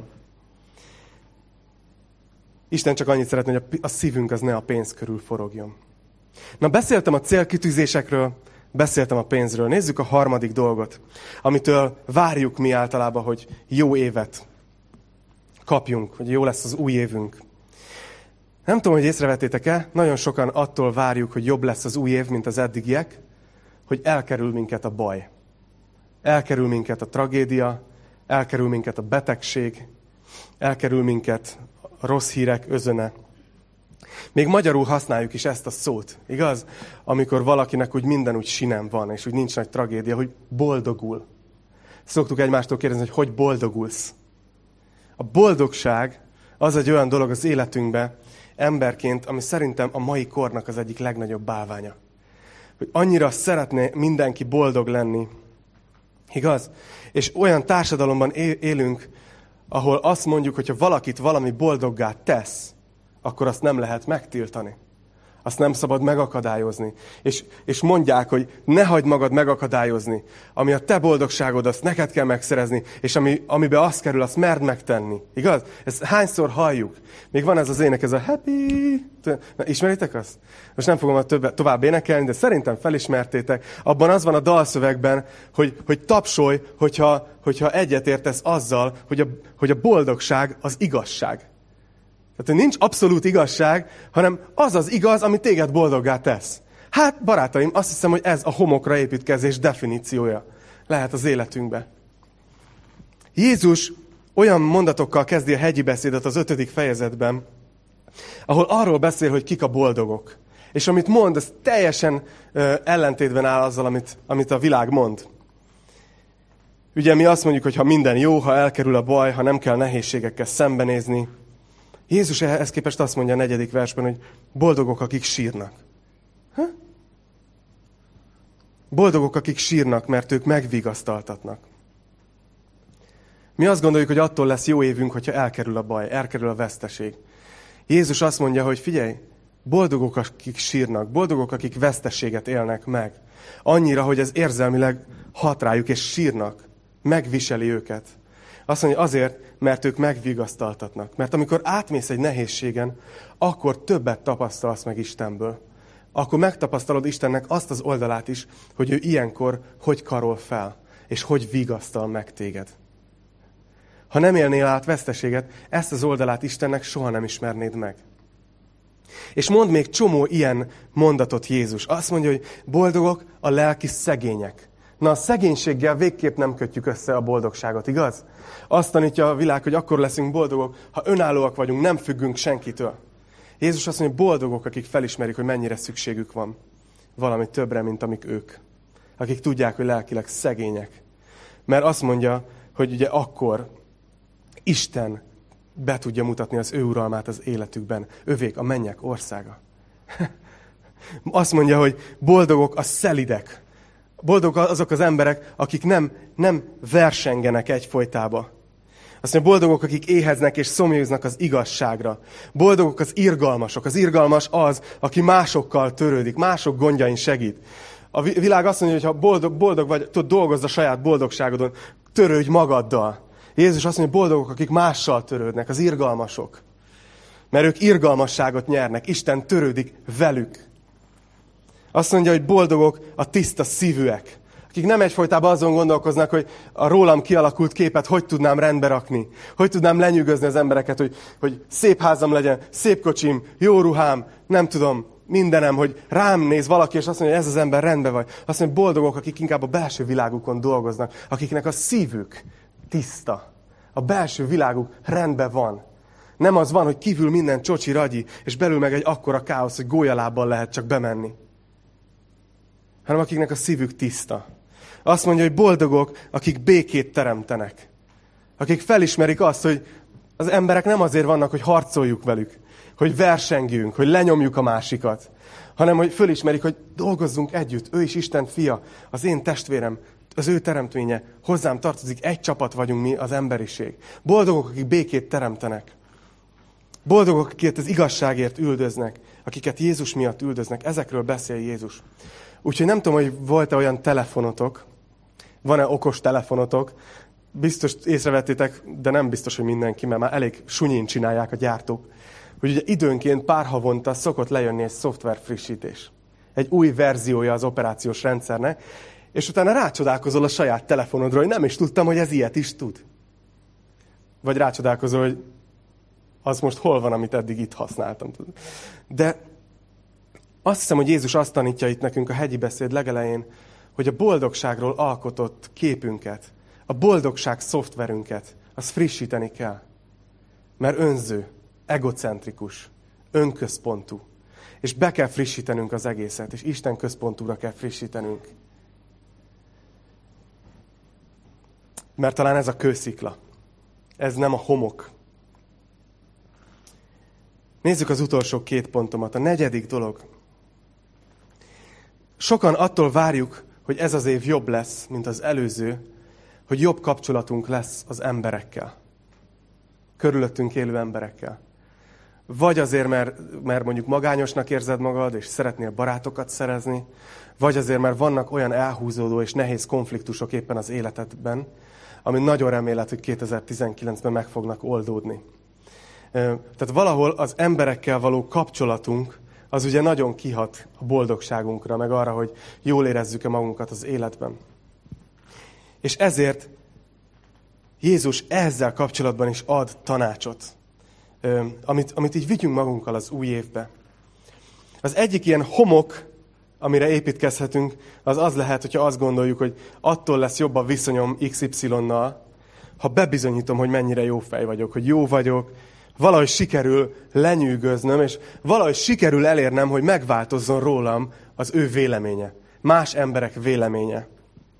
Isten csak annyit szeretne, hogy a szívünk az ne a pénz körül forogjon. Na, beszéltem a célkitűzésekről, beszéltem a pénzről. Nézzük a harmadik dolgot, amitől várjuk mi általában, hogy jó évet kapjunk, hogy jó lesz az új évünk. Nem tudom, hogy észrevettétek-e, nagyon sokan attól várjuk, hogy jobb lesz az új év, mint az eddigiek, hogy elkerül minket a baj. Elkerül minket a tragédia, elkerül minket a betegség, elkerül minket a rossz hírek özöne. Még magyarul használjuk is ezt a szót, igaz? Amikor valakinek úgy minden úgy sinem van, és úgy nincs nagy tragédia, hogy boldogul. Szoktuk egymástól kérdezni, hogy boldogulsz. A boldogság az egy olyan dolog az életünkben, emberként, ami szerintem a mai kornak az egyik legnagyobb bálványa. Hogy annyira szeretné mindenki boldog lenni, igaz? És olyan társadalomban élünk, ahol azt mondjuk, hogyha valakit valami boldoggá tesz, akkor azt nem lehet megtiltani. Azt nem szabad megakadályozni. És mondják, hogy ne hagyd magad megakadályozni. Ami a te boldogságod, azt neked kell megszerezni, és amiben az kerül, azt merd megtenni. Igaz? Ezt hányszor halljuk? Még van ez az ének, ez a happy... Na, ismeritek azt? Most nem fogom tovább énekelni, de szerintem felismertétek. Abban az van a dalszövegben, hogy tapsolj, hogyha egyetértesz azzal, hogy a boldogság az igazság. Tehát, hogy nincs abszolút igazság, hanem az az igaz, ami téged boldoggá tesz. Hát, barátaim, azt hiszem, hogy ez a homokra építkezés definíciója lehet az életünkbe. Jézus olyan mondatokkal kezdi a hegyi beszédet az 5. fejezetben, ahol arról beszél, hogy kik a boldogok. És amit mond, ez teljesen ellentétben áll azzal, amit a világ mond. Ugye mi azt mondjuk, hogy ha minden jó, ha elkerül a baj, ha nem kell nehézségekkel szembenézni, Jézus ehhez képest azt mondja a 4. versben, hogy boldogok, akik sírnak. Boldogok, akik sírnak, mert ők megvigasztaltatnak. Mi azt gondoljuk, hogy attól lesz jó évünk, hogyha elkerül a baj, elkerül a veszteség. Jézus azt mondja, hogy figyelj, boldogok, akik sírnak, boldogok, akik veszteséget élnek meg. Annyira, hogy ez érzelmileg hat rájuk, és sírnak, megviseli őket. Azt mondja, azért, mert ők megvigasztaltatnak. Mert amikor átmész egy nehézségen, akkor többet tapasztalsz meg Istenből. Akkor megtapasztalod Istennek azt az oldalát is, hogy ő ilyenkor hogy karol fel, és hogy vigasztal meg téged. Ha nem élnél át veszteséget, ezt az oldalát Istennek soha nem ismernéd meg. És mond még csomó ilyen mondatot Jézus. Azt mondja, hogy boldogok a lelki szegények. Na, a szegénységgel végképp nem kötjük össze a boldogságot, igaz? Azt tanítja a világ, hogy akkor leszünk boldogok, ha önállóak vagyunk, nem függünk senkitől. Jézus azt mondja, hogy boldogok, akik felismerik, hogy mennyire szükségük van valami többre, mint amik ők. Akik tudják, hogy lelkileg szegények. Mert azt mondja, hogy ugye akkor Isten be tudja mutatni az ő uralmát az életükben. Övék a mennyek országa. Azt mondja, hogy boldogok a szelidek. Boldogok azok az emberek, akik nem versengenek egyfolytába. Azt mondja, boldogok, akik éheznek és szomjaznak az igazságra. Boldogok az irgalmasok. Az irgalmas az, aki másokkal törődik, mások gondjain segít. A világ azt mondja, hogy ha boldog vagy, tudod, dolgozz a saját boldogságodon, törődj magaddal. Jézus azt mondja, boldogok, akik mással törődnek, az irgalmasok. Mert ők irgalmasságot nyernek, Isten törődik velük. Azt mondja, hogy boldogok a tiszta szívűek, akik nem egyfolytában azon gondolkoznak, hogy a rólam kialakult képet hogy tudnám rendbe rakni, hogy tudnám lenyűgözni az embereket, hogy szép házam legyen, szép kocsim, jó ruhám, nem tudom, mindenem, hogy rám néz valaki, és azt mondja, hogy ez az ember rendben vagy. Azt mondja, boldogok, akik inkább a belső világukon dolgoznak, akiknek a szívük tiszta, a belső világuk rendben van. Nem az van, hogy kívül minden csocsi-ragyi, és belül meg egy akkora káosz, hogy gólyalábbal lehet csak bemenni. Hanem akiknek a szívük tiszta. Azt mondja, hogy boldogok, akik békét teremtenek. Akik felismerik azt, hogy az emberek nem azért vannak, hogy harcoljuk velük, hogy versengjünk, hogy lenyomjuk a másikat, hanem hogy fölismerik, hogy dolgozzunk együtt. Ő is Isten fia, az én testvérem, az ő teremtménye, hozzám tartozik, egy csapat vagyunk mi, az emberiség. Boldogok, akik békét teremtenek. Boldogok, akiket az igazságért üldöznek, akiket Jézus miatt üldöznek. Ezekről beszél Jézus. Úgyhogy nem tudom, hogy volt-e olyan telefonotok, van-e okos telefonotok. Biztos észrevettétek, de nem biztos, hogy mindenki, mert már elég sunyin csinálják a gyártók, hogy ugye időnként pár havonta szokott lejönni egy szoftver frissítés. Egy új verziója az operációs rendszernek, és utána rácsodálkozol a saját telefonodról, hogy nem is tudtam, hogy ez ilyet is tud. Vagy rácsodálkozol, hogy az most hol van, amit eddig itt használtam. De azt hiszem, hogy Jézus azt tanítja itt nekünk a hegyi beszéd legelején, hogy a boldogságról alkotott képünket, a boldogság szoftverünket, azt frissíteni kell. Mert önző, egocentrikus, önközpontú. És be kell frissítenünk az egészet, és Isten központúra kell frissítenünk. Mert talán ez a kőszikla. Ez nem a homok. Nézzük az utolsó 2 pontomat. A 4. dolog. Sokan attól várjuk, hogy ez az év jobb lesz, mint az előző, hogy jobb kapcsolatunk lesz az emberekkel. Körülöttünk élő emberekkel. Vagy azért, mert mondjuk magányosnak érzed magad, és szeretnél barátokat szerezni, vagy azért, mert vannak olyan elhúzódó és nehéz konfliktusok éppen az életedben, ami nagyon remélet, hogy 2019-ben meg fognak oldódni. Tehát valahol az emberekkel való kapcsolatunk az ugye nagyon kihat a boldogságunkra, meg arra, hogy jól érezzük-e magunkat az életben. És ezért Jézus ezzel kapcsolatban is ad tanácsot, amit így vigyünk magunkkal az új évbe. Az egyik ilyen homok, amire építkezhetünk, az lehet, hogyha azt gondoljuk, hogy attól lesz jobb a viszonyom XY-nal, ha bebizonyítom, hogy mennyire jó fej vagyok, hogy jó vagyok, valahogy sikerül lenyűgöznöm, és valahogy sikerül elérnem, hogy megváltozzon rólam az ő véleménye. Más emberek véleménye.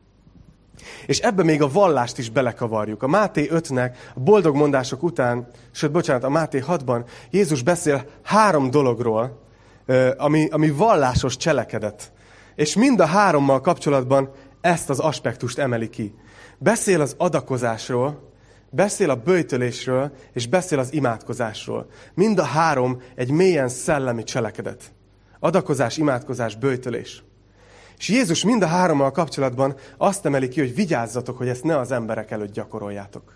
És ebbe még a vallást is belekavarjuk. A Máté 5-nek a boldog mondások után, a Máté 6-ban Jézus beszél 3 dologról, ami vallásos cselekedet. És mind a 3-mal kapcsolatban ezt az aspektust emeli ki. Beszél az adakozásról, beszél a böjtölésről, és beszél az imádkozásról. Mind a 3 egy mélyen szellemi cselekedet. Adakozás, imádkozás, böjtölés. És Jézus mind a 3-mal kapcsolatban azt emeli ki, hogy vigyázzatok, hogy ezt ne az emberek előtt gyakoroljátok.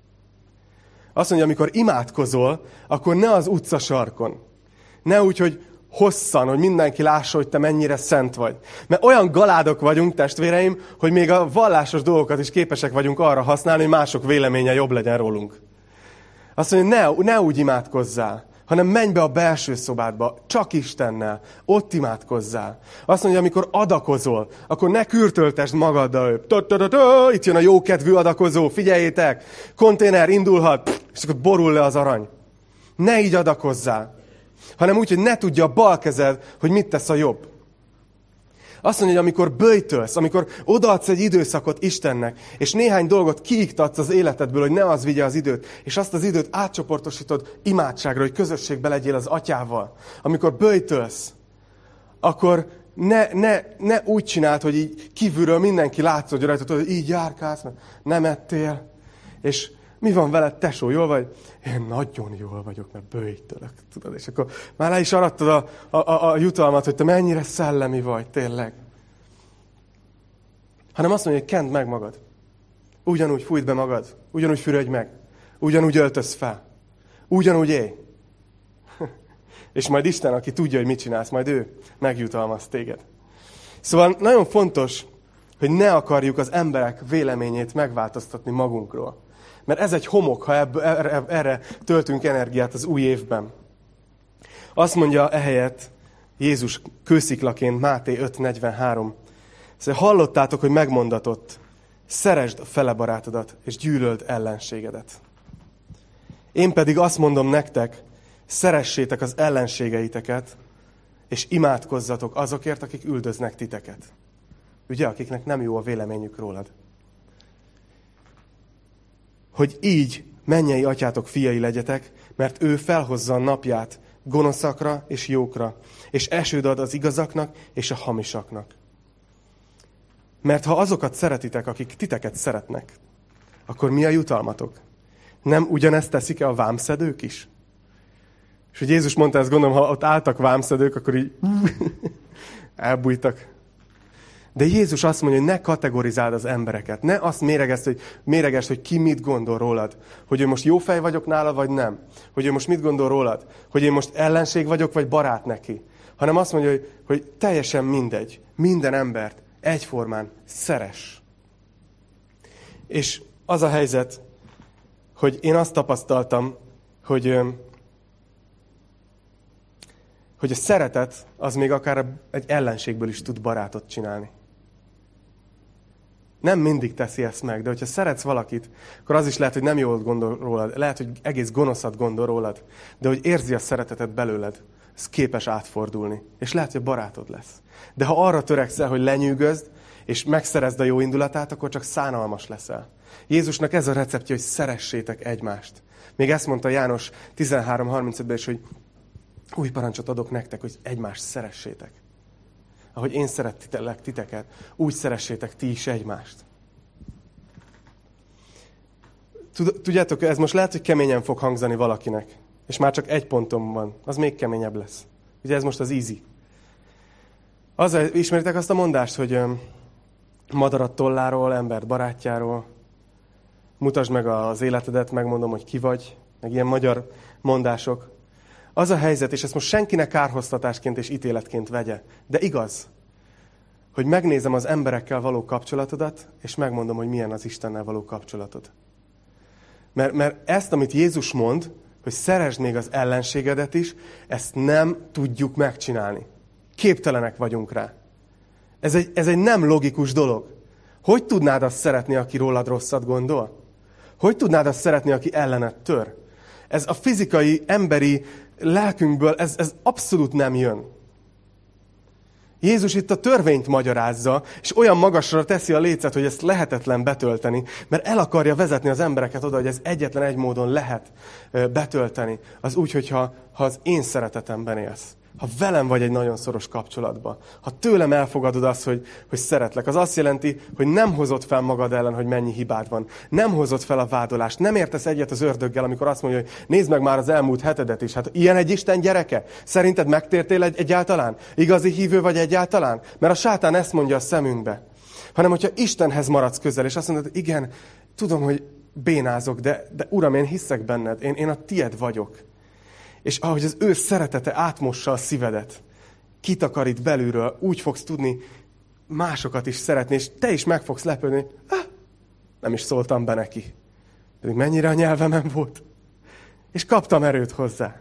Azt mondja, amikor imádkozol, akkor ne az utca sarkon. Ne úgy, hogy hosszan, hogy mindenki lássa, hogy te mennyire szent vagy. Mert olyan galádok vagyunk, testvéreim, hogy még a vallásos dolgokat is képesek vagyunk arra használni, hogy mások véleménye jobb legyen rólunk. Azt mondja, ne úgy imádkozzál, hanem menj be a belső szobádba, csak Istennel, ott imádkozzál. Azt mondja, amikor adakozol, akkor ne kürtöltesd magaddal. Itt jön a jókedvű adakozó, figyeljétek, konténer indulhat, és akkor borul le az arany. Ne így adakozzál, hanem úgy, hogy ne tudja a bal kezed, hogy mit tesz a jobb. Azt mondja, hogy amikor böjtölsz, amikor odaadsz egy időszakot Istennek, és néhány dolgot kiiktatsz az életedből, hogy ne az vigye az időt, és azt az időt átcsoportosítod imádságra, hogy közösségbe legyél az atyával. Amikor böjtölsz, akkor ne úgy csináld, hogy így kívülről mindenki látszott rajta, hogy így járkálsz, mert nem ettél, és mi van veled, tesó, jól vagy? Én nagyon jól vagyok, mert böjtölök, tudod, és akkor már le is aradtad a jutalmat, hogy te mennyire szellemi vagy, tényleg. Hanem azt mondja, hogy kend meg magad. Ugyanúgy fújt be magad, ugyanúgy fürödj meg, ugyanúgy öltöz fel, ugyanúgy élj. És majd Isten, aki tudja, hogy mit csinálsz, majd ő megjutalmaz téged. Szóval nagyon fontos, hogy ne akarjuk az emberek véleményét megváltoztatni magunkról. Mert ez egy homok, ha erre töltünk energiát az új évben. Azt mondja ehelyett Jézus kősziklaként Máté 5.43. Szóval hallottátok, hogy megmondatott, szeresd a fele barátodat, és gyűlöld ellenségedet. Én pedig azt mondom nektek, szeressétek az ellenségeiteket, és imádkozzatok azokért, akik üldöznek titeket. Ugye, akiknek nem jó a véleményük rólad. Hogy így mennyei atyátok fiai legyetek, mert ő felhozza a napját gonoszakra és jókra, és esőd ad az igazaknak és a hamisaknak. Mert ha azokat szeretitek, akik titeket szeretnek, akkor mi a jutalmatok? Nem ugyanezt teszik-e a vámszedők is? És hogy Jézus mondta ezt, gondolom, ha ott álltak vámszedők, akkor így elbújtak. De Jézus azt mondja, hogy ne kategorizáld az embereket. Ne azt méregesd, hogy ki mit gondol rólad. Hogy ő most jó fej vagyok nála, vagy nem. Hogy ő most mit gondol rólad. Hogy én most ellenség vagyok, vagy barát neki. Hanem azt mondja, hogy teljesen mindegy. Minden embert egyformán szeress. És az a helyzet, hogy én azt tapasztaltam, hogy a szeretet az még akár egy ellenségből is tud barátot csinálni. Nem mindig teszi ezt meg, de hogyha szeretsz valakit, akkor az is lehet, hogy nem jól gondol rólad, lehet, hogy egész gonoszat gondol rólad, de hogy érzi a szeretetet belőled, ez képes átfordulni, és lehet, hogy barátod lesz. De ha arra törekszel, hogy lenyűgözd, és megszerezd a jó indulatát, akkor csak szánalmas leszel. Jézusnak ez a receptje, hogy szeressétek egymást. Még ezt mondta János 13:35-ben is, hogy új parancsot adok nektek, hogy egymást szeressétek. Ahogy én szerettelek titeket, úgy szeressétek ti is egymást. Tudjátok, ez most lehet, hogy keményen fog hangzani valakinek. És már csak egy pontom van. Az még keményebb lesz. Ugye ez most az easy. Ismeritek azt a mondást, hogy madarat tolláról, embert barátjáról, mutasd meg az életedet, megmondom, hogy ki vagy. Meg ilyen magyar mondások. Az a helyzet, és ezt most senkinek kárhoztatásként és ítéletként vegye, de igaz, hogy megnézem az emberekkel való kapcsolatodat, és megmondom, hogy milyen az Istennel való kapcsolatod. Mert ezt, amit Jézus mond, hogy szeresd még az ellenségedet is, ezt nem tudjuk megcsinálni. Képtelenek vagyunk rá. Ez egy nem logikus dolog. Hogy tudnád azt szeretni, aki rólad rosszat gondol? Hogy tudnád azt szeretni, aki ellened tör? Ez a fizikai, emberi lelkünkből, ez abszolút nem jön. Jézus itt a törvényt magyarázza, és olyan magasra teszi a lécet, hogy ezt lehetetlen betölteni, mert el akarja vezetni az embereket oda, hogy ez egyetlen egy módon lehet betölteni. Az úgy, hogyha az én szeretetemben élsz. Ha velem vagy egy nagyon szoros kapcsolatban. Ha tőlem elfogadod azt, hogy szeretlek. Az azt jelenti, hogy nem hozod fel magad ellen, hogy mennyi hibád van. Nem hozod fel a vádolást. Nem értesz egyet az ördöggel, amikor azt mondja, hogy nézd meg már az elmúlt hetedet is. Hát ilyen egy Isten gyereke? Szerinted megtértél egyáltalán? Igazi hívő vagy egyáltalán? Mert a sátán ezt mondja a szemünkbe. Hanem, hogyha Istenhez maradsz közel, és azt mondod, igen, tudom, hogy bénázok, de Uram, én hiszek benned. Én a tied vagyok. És ahogy az ő szeretete átmossa a szívedet, kitakarít belülről, úgy fogsz tudni másokat is szeretni, és te is meg fogsz lepődni, nem is szóltam be neki. Pedig mennyire a nyelvemen volt. És kaptam erőt hozzá.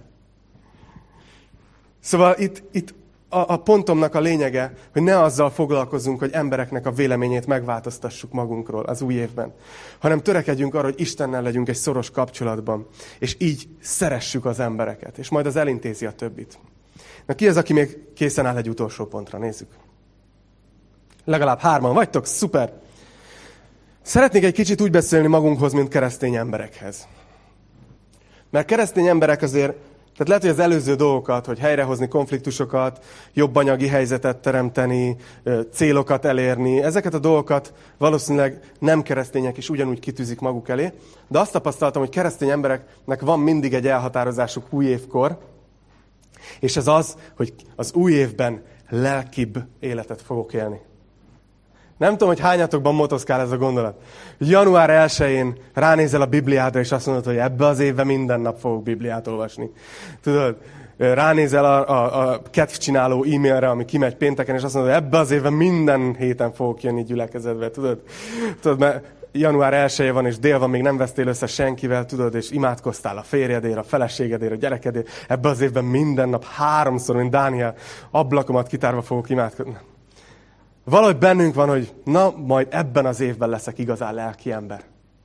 Szóval itt a pontomnak a lényege, hogy ne azzal foglalkozzunk, hogy embereknek a véleményét megváltoztassuk magunkról az új évben, hanem törekedjünk arra, hogy Istennel legyünk egy szoros kapcsolatban, és így szeressük az embereket, és majd az elintézi a többit. Na ki az, aki még készen áll egy utolsó pontra? Nézzük. Legalább 3 vagytok? Szuper! Szeretnék egy kicsit úgy beszélni magunkhoz, mint keresztény emberekhez. Mert keresztény emberek azért, tehát lehet, hogy az előző dolgokat, hogy helyrehozni konfliktusokat, jobb anyagi helyzetet teremteni, célokat elérni, ezeket a dolgokat valószínűleg nem keresztények is ugyanúgy kitűzik maguk elé, de azt tapasztaltam, hogy keresztény embereknek van mindig egy elhatározásuk új évkor, és ez az, hogy az új évben lelkibb életet fogok élni. Nem tudom, hogy hányatokban motoszkál ez a gondolat. Január 1-én ránézel a Bibliádra, és azt mondod, hogy ebbe az évben minden nap fogok Bibliát olvasni. Tudod, ránézel a kedvcsináló e-mailre, ami kimegy pénteken, és azt mondod, hogy ebbe az évben minden héten fogok jönni gyülekezetbe. Tudod, mert január 1-e van, és dél van, még nem vesztél össze senkivel, tudod, és imádkoztál a férjedért, a feleségedért, a gyerekedért. Ebbe az évben minden nap 3-szor, mint Dániel, ablakomat kitárva fogok imádkozni. Valahogy bennünk van, hogy na, majd ebben az évben leszek igazán lelki ember.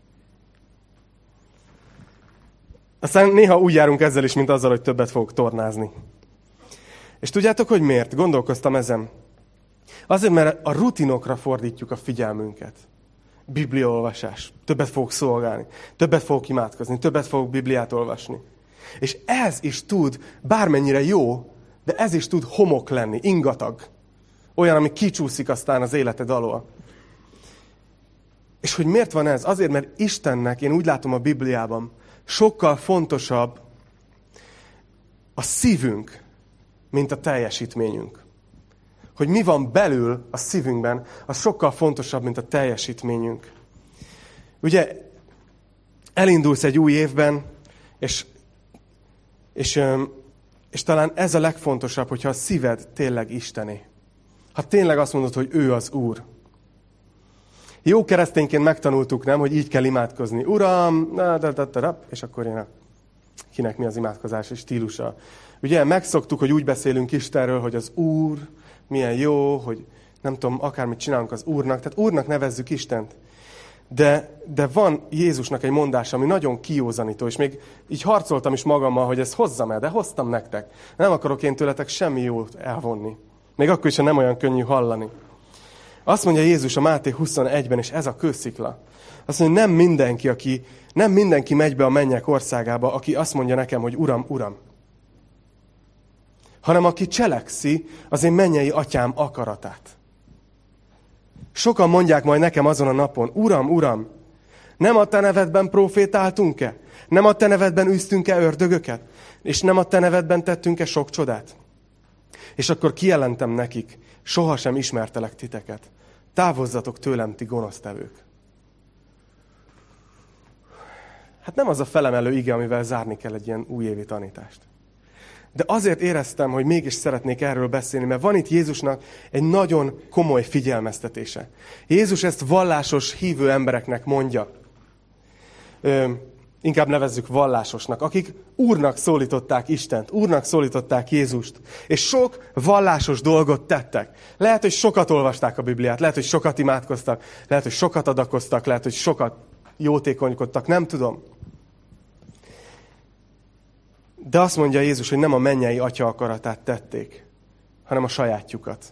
Aztán néha úgy járunk ezzel is, mint azzal, hogy többet fogok tornázni. És tudjátok, hogy miért? Gondolkoztam ezen. Azért, mert a rutinokra fordítjuk a figyelmünket. Bibliaolvasás. Többet fogok szolgálni. Többet fogok imádkozni. Többet fogok Bibliát olvasni. És ez is tud, bármennyire jó, de ez is tud homok lenni, ingatag. Olyan, ami kicsúszik aztán az életed alól. És hogy miért van ez? Azért, mert Istennek, én úgy látom a Bibliában, sokkal fontosabb a szívünk, mint a teljesítményünk. hogy mi van belül a szívünkben, az sokkal fontosabb, mint a teljesítményünk. Ugye elindulsz egy új évben, és talán ez a legfontosabb, hogyha a szíved tényleg Istené. Ha tényleg azt mondod, hogy ő az Úr. Jó keresztényként megtanultuk, nem, hogy így kell imádkozni. Uram, és akkor jön kinek mi az imádkozási stílusa. Ugye megszoktuk, hogy úgy beszélünk Istenről, hogy az Úr milyen jó, hogy nem tudom, akármit csinálunk az Úrnak. Tehát Úrnak nevezzük Istent. De van Jézusnak egy mondása, ami nagyon kiózanító, és még így harcoltam is magammal, hogy ezt hozzam el, de hoztam nektek. Nem akarok én tőletek semmi jót elvonni. Még akkor is, ha nem olyan könnyű hallani. Azt mondja Jézus a Máté 21-ben, és ez a kőszikla. Azt mondja, nem mindenki megy be a mennyek országába, aki azt mondja nekem, hogy Uram, Uram. Hanem aki cselekszi az én mennyei atyám akaratát. Sokan mondják majd nekem azon a napon, Uram, Uram, nem a te nevedben profétáltunk-e? Nem a te nevedben űztünk-e ördögöket? És nem a te nevedben tettünk-e sok csodát? És akkor kijelentem nekik, sohasem ismertelek titeket. Távozzatok tőlem, ti gonosztevők. Hát nem az a felemelő ige, amivel zárni kell egy ilyen újévi tanítást. De azért éreztem, hogy mégis szeretnék erről beszélni, mert van itt Jézusnak egy nagyon komoly figyelmeztetése. Jézus ezt vallásos, hívő embereknek mondja. Inkább nevezzük vallásosnak, akik Úrnak szólították Istent, Úrnak szólították Jézust, és sok vallásos dolgot tettek. Lehet, hogy sokat olvasták a Bibliát, lehet, hogy sokat imádkoztak, lehet, hogy sokat adakoztak, lehet, hogy sokat jótékonykodtak, nem tudom. De azt mondja Jézus, hogy nem a mennyei atya akaratát tették, hanem a sajátjukat.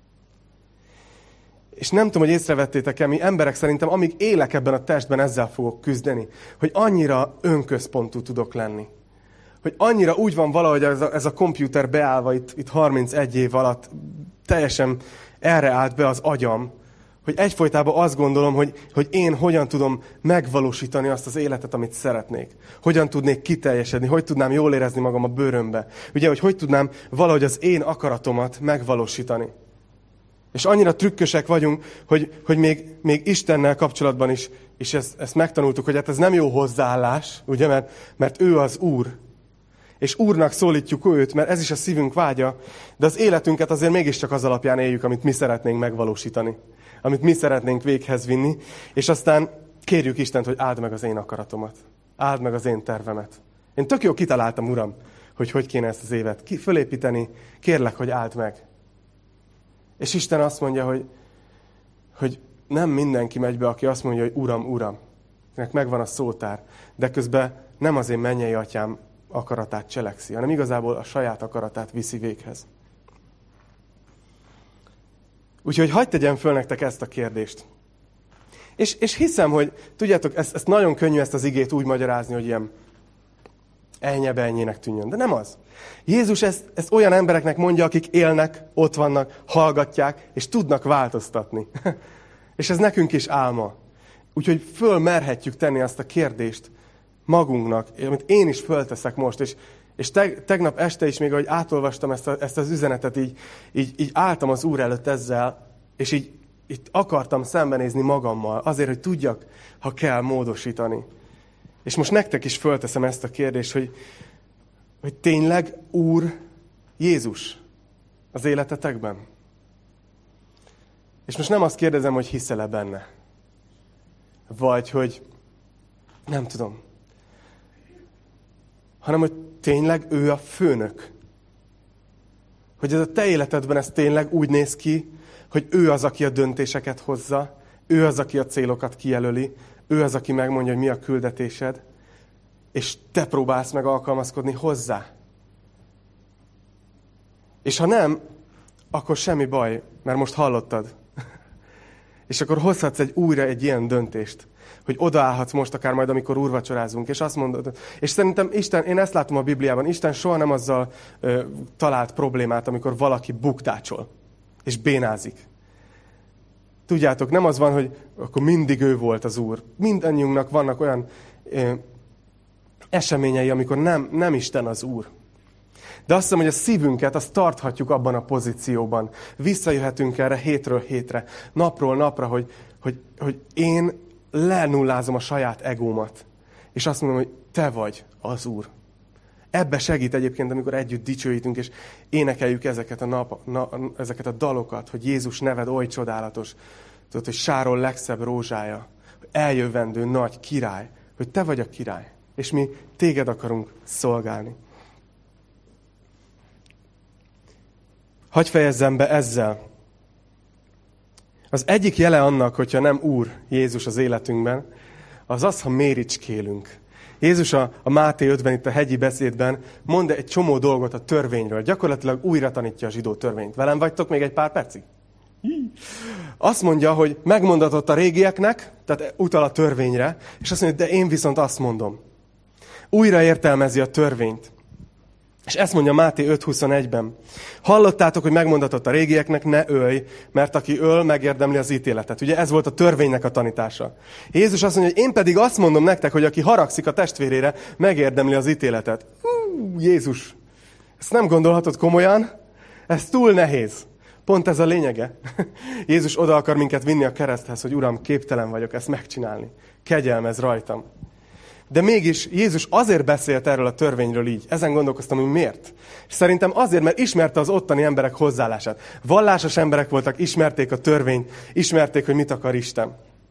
És nem tudom, hogy észrevettétek-e, mi emberek szerintem, amíg élek ebben a testben, ezzel fogok küzdeni, hogy annyira önközpontú tudok lenni. Hogy annyira úgy van valahogy ez a komputer beállva itt 31 év alatt, teljesen erre állt be az agyam, hogy egyfolytában azt gondolom, hogy én hogyan tudom megvalósítani azt az életet, amit szeretnék. Hogyan tudnék kiteljesedni, hogy tudnám jól érezni magam a bőrömbe. Ugye, hogy tudnám valahogy az én akaratomat megvalósítani. És annyira trükkösek vagyunk, hogy még Istennel kapcsolatban is ezt megtanultuk, hogy hát ez nem jó hozzáállás, ugye, mert ő az Úr. És Úrnak szólítjuk őt, mert ez is a szívünk vágya, de az életünket azért mégiscsak az alapján éljük, amit mi szeretnénk megvalósítani. Amit mi szeretnénk véghez vinni, és aztán kérjük Istent, hogy áld meg az én akaratomat. Áld meg az én tervemet. Én tök jó kitaláltam, Uram, hogy kéne ezt az évet fölépíteni, kérlek, hogy áld meg. És Isten azt mondja, hogy nem mindenki megy be, aki azt mondja, hogy Uram, Uram. Nek megvan a szótár, de közben nem az én mennyei atyám akaratát cselekszi, hanem igazából a saját akaratát viszi véghez. Úgyhogy hagyd tegyem föl nektek ezt a kérdést. És hiszem, hogy tudjátok, ezt nagyon könnyű ezt az igét úgy magyarázni, hogy ilyen ennyi-bennyének tűnjön. De nem az. Jézus ezt olyan embereknek mondja, akik élnek, ott vannak, hallgatják, és tudnak változtatni. És ez nekünk is álma. Úgyhogy fölmerhetjük tenni azt a kérdést magunknak, amit én is fölteszek most, és tegnap este is még, ahogy átolvastam ezt az üzenetet, így álltam az Úr előtt ezzel, és így akartam szembenézni magammal, azért, hogy tudjak, ha kell, módosítani. És most nektek is fölteszem ezt a kérdést, hogy tényleg Úr Jézus az életetekben? És most nem azt kérdezem, hogy hiszel-e benne. Vagy hogy nem tudom. Hanem, hogy tényleg ő a főnök. Hogy ez a te életedben ez tényleg úgy néz ki, hogy ő az, aki a döntéseket hozza, ő az, aki a célokat kijelöli, ő az, aki megmondja, hogy mi a küldetésed, és te próbálsz meg alkalmazkodni hozzá. És ha nem, akkor semmi baj, mert most hallottad. És akkor hozhatsz újra egy ilyen döntést, hogy odaállhatsz most akár majd, amikor úrvacsorázunk, és azt mondod, és szerintem Isten, én ezt látom a Bibliában, Isten soha nem azzal talált problémát, amikor valaki buktácsol, és bénázik. Tudjátok, nem az van, hogy akkor mindig ő volt az Úr. Mindannyiunknak vannak olyan eseményei, amikor nem Isten az Úr. De azt hiszem, hogy a szívünket azt tarthatjuk abban a pozícióban. Visszajöhetünk erre hétről hétre, napról napra, hogy én lenullázom a saját egómat. És azt mondom, hogy te vagy az Úr. Ebbe segít egyébként, amikor együtt dicsőítünk, és énekeljük ezeket a dalokat, hogy Jézus neved oly csodálatos. Tudod, hogy Sáron legszebb rózsája, eljövendő nagy király, hogy te vagy a király, és mi téged akarunk szolgálni. Hadd fejezzem be ezzel. Az egyik jele annak, hogyha nem Úr Jézus az életünkben, az az, ha méricskélünk. Jézus a Máté 50 itt a hegyi beszédben mond egy csomó dolgot a törvényről. Gyakorlatilag újra tanítja a zsidó törvényt. Velem vagytok még egy pár percig? Azt mondja, hogy megmondatott a régieknek, tehát utal a törvényre, és azt mondja, de én viszont azt mondom. Újra értelmezi a törvényt. És ezt mondja Máté 5.21-ben. Hallottátok, hogy megmondatott a régieknek, ne ölj, mert aki öl, megérdemli az ítéletet. Ugye ez volt a törvénynek a tanítása. Jézus azt mondja, hogy én pedig azt mondom nektek, hogy aki haragszik a testvérére, megérdemli az ítéletet. Jézus, ezt nem gondolhatod komolyan? Ez túl nehéz. Pont ez a lényege. Jézus oda akar minket vinni a kereszthez, hogy Uram, képtelen vagyok ezt megcsinálni. Kegyelmez rajtam. De mégis Jézus azért beszélt erről a törvényről így. Ezen gondolkoztam, hogy miért. És szerintem azért, mert ismerte az ottani emberek hozzáállását. Vallásos emberek voltak, ismerték a törvényt, ismerték, hogy mit akar Isten.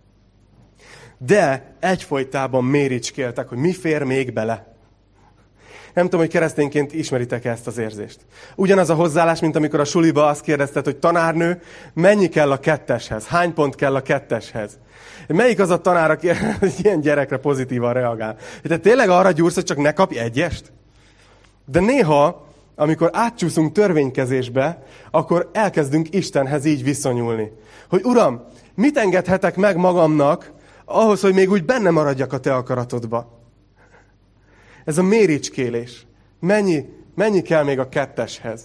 De egyfolytában méricskéltek, hogy mi fér még bele. Nem tudom, hogy keresztényként ismeritek-e ezt az érzést. Ugyanaz a hozzáállás, mint amikor a suliba azt kérdezted, hogy tanárnő, mennyi kell a 2-eshez? Hány pont kell a 2-eshez? Melyik az a tanár, aki ilyen gyerekre pozitívan reagál? Te tényleg arra gyúrsz, hogy csak ne kapj 1-est? De néha, amikor átcsúszunk törvénykezésbe, akkor elkezdünk Istenhez így viszonyulni. Hogy Uram, mit engedhetek meg magamnak ahhoz, hogy még úgy benne maradjak a te akaratodba? Ez a méricskélés. Mennyi kell még a 2-eshez?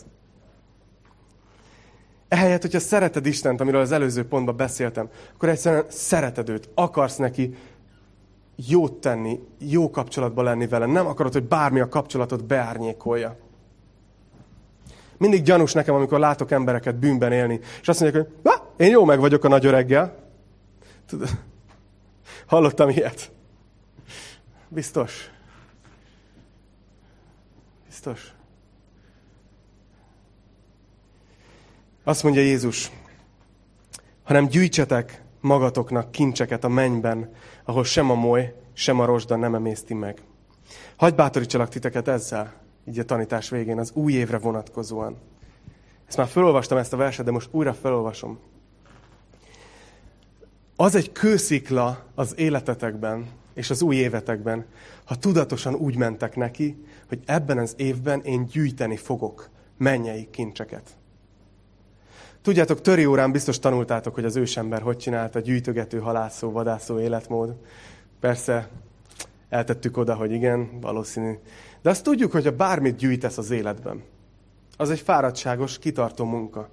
Ehelyett, hogyha szereted Istent, amiről az előző pontban beszéltem, akkor egyszerűen szereted őt, akarsz neki jót tenni, jó kapcsolatban lenni vele. Nem akarod, hogy bármi a kapcsolatot beárnyékolja. Mindig gyanús nekem, amikor látok embereket bűnben élni, és azt mondják, hogy én jó meg vagyok a nagy öreggel. Tudod, hallottam ilyet. Biztos. Biztos. Azt mondja Jézus, hanem gyűjtsetek magatoknak kincseket a mennyben, ahol sem a moly, sem a rozsda nem emészti meg. Hadd bátorítsalak titeket ezzel, így a tanítás végén, az új évre vonatkozóan. Ezt már felolvastam ezt a verset, de most újra felolvasom. Az egy kőszikla az életetekben és az új évetekben, ha tudatosan úgy mentek neki, hogy ebben az évben én gyűjteni fogok mennyei kincseket. Tudjátok, töri órán biztos tanultátok, hogy az ősember hogy csinálta, gyűjtögető, halászó, vadászó életmód. Persze, eltettük oda, hogy igen, valószínű. De azt tudjuk, hogy ha bármit gyűjtesz az életben, az egy fáradtságos, kitartó munka.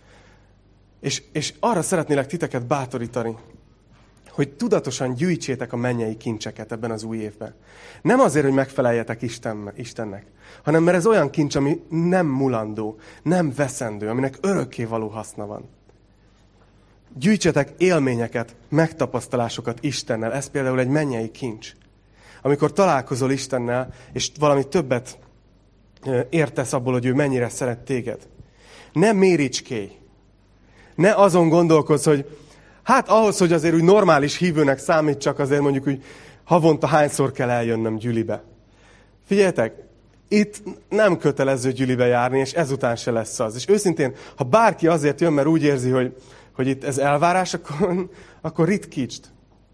És arra szeretnélek titeket bátorítani, hogy tudatosan gyűjtsétek a mennyei kincseket ebben az új évben. Nem azért, hogy megfeleljetek Istennek, hanem mert ez olyan kincs, ami nem mulandó, nem veszendő, aminek örökkévaló haszna van. Gyűjtsetek élményeket, megtapasztalásokat Istennel. Ez például egy mennyei kincs. Amikor találkozol Istennel, és valami többet értesz abból, hogy ő mennyire szeret téged. Ne méricskélj. Ne azon gondolkozz, hogy hát ahhoz, hogy azért úgy normális hívőnek számít, csak azért mondjuk úgy havonta hányszor kell eljönnöm gyülibe. Figyeljetek, itt nem kötelező gyülibe járni, és ezután se lesz az. És őszintén, ha bárki azért jön, mert úgy érzi, hogy itt ez elvárás, akkor ritkítsd.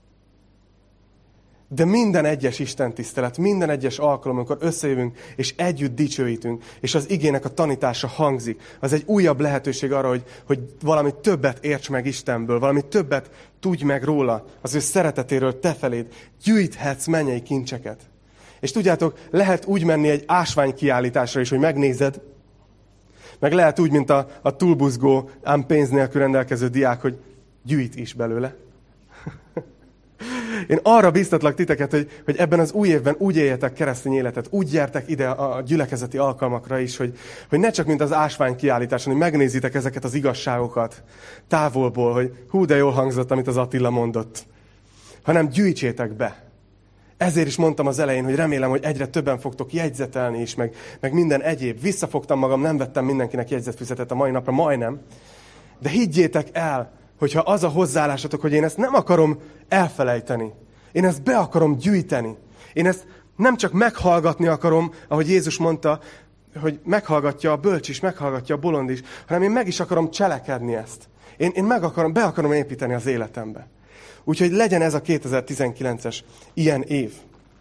De minden egyes istentisztelet, minden egyes alkalom, amikor összejövünk, és együtt dicsőítünk, és az igének a tanítása hangzik, az egy újabb lehetőség arra, hogy valami többet érts meg Istenből, valami többet tudj meg róla, az ő szeretetéről te feléd. Gyűjthetsz mennyei kincseket. És tudjátok, lehet úgy menni egy ásványkiállításra is, hogy megnézed, meg lehet úgy, mint a túlbuzgó, ám pénz nélkül rendelkező diák, hogy gyűjt is belőle. Én arra biztatlak titeket, hogy ebben az új évben úgy éljetek keresztény életet, úgy gyertek ide a gyülekezeti alkalmakra is, hogy ne csak mint az ásvány kiállításon, hogy megnézitek ezeket az igazságokat távolból, hogy hú, de jól hangzott, amit az Attila mondott, hanem gyűjtsétek be. Ezért is mondtam az elején, hogy remélem, hogy egyre többen fogtok jegyzetelni is, meg minden egyéb. Visszafogtam magam, nem vettem mindenkinek jegyzetfüzetet a mai napra, majdnem. De higgyétek el, hogyha az a hozzáállásatok, hogy én ezt nem akarom elfelejteni. Én ezt be akarom gyűjteni. Én ezt nem csak meghallgatni akarom, ahogy Jézus mondta, hogy meghallgatja a bölcs is, meghallgatja a bolond is, hanem én meg is akarom cselekedni ezt. Én be akarom építeni az életembe. Úgyhogy legyen ez a 2019-es ilyen év.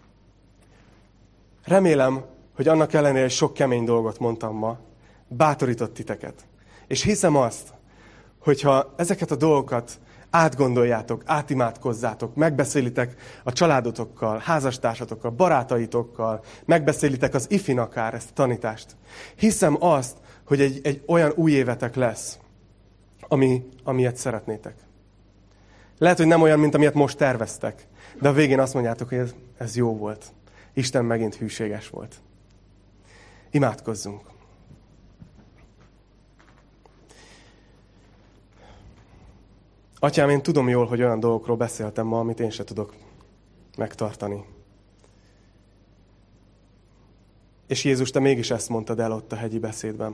Remélem, hogy annak ellenére, hogy sok kemény dolgot mondtam ma, bátorított titeket. És hiszem azt, hogyha ezeket a dolgokat átgondoljátok, átimádkozzátok, megbeszélitek a családotokkal, házastársatokkal, barátaitokkal, megbeszélitek az ifin akár ezt a tanítást. Hiszem azt, hogy egy olyan új évetek lesz, amilyet szeretnétek. Lehet, hogy nem olyan, mint amilyet most terveztek, de a végén azt mondjátok, hogy ez jó volt. Isten megint hűséges volt. Imádkozzunk. Atyám, én tudom jól, hogy olyan dolgokról beszéltem ma, amit én se tudok megtartani. És Jézus, te mégis ezt mondtad el ott a hegyi beszédben.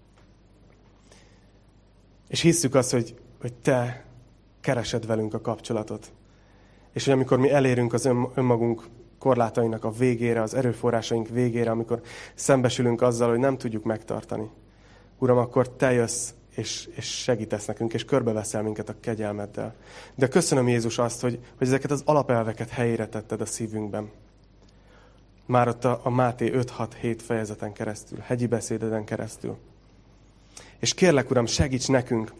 És hisszük azt, hogy te keresed velünk a kapcsolatot. És hogy amikor mi elérünk az önmagunk korlátainak a végére, az erőforrásaink végére, amikor szembesülünk azzal, hogy nem tudjuk megtartani. Uram, akkor te jössz, és segítesz nekünk, és körbeveszel minket a kegyelmeddel. De köszönöm, Jézus, azt, hogy ezeket az alapelveket helyére tetted a szívünkben. Már ott a Máté 5-6-7 fejezeten keresztül, hegyi beszédeden keresztül. És kérlek, Uram, segíts nekünk,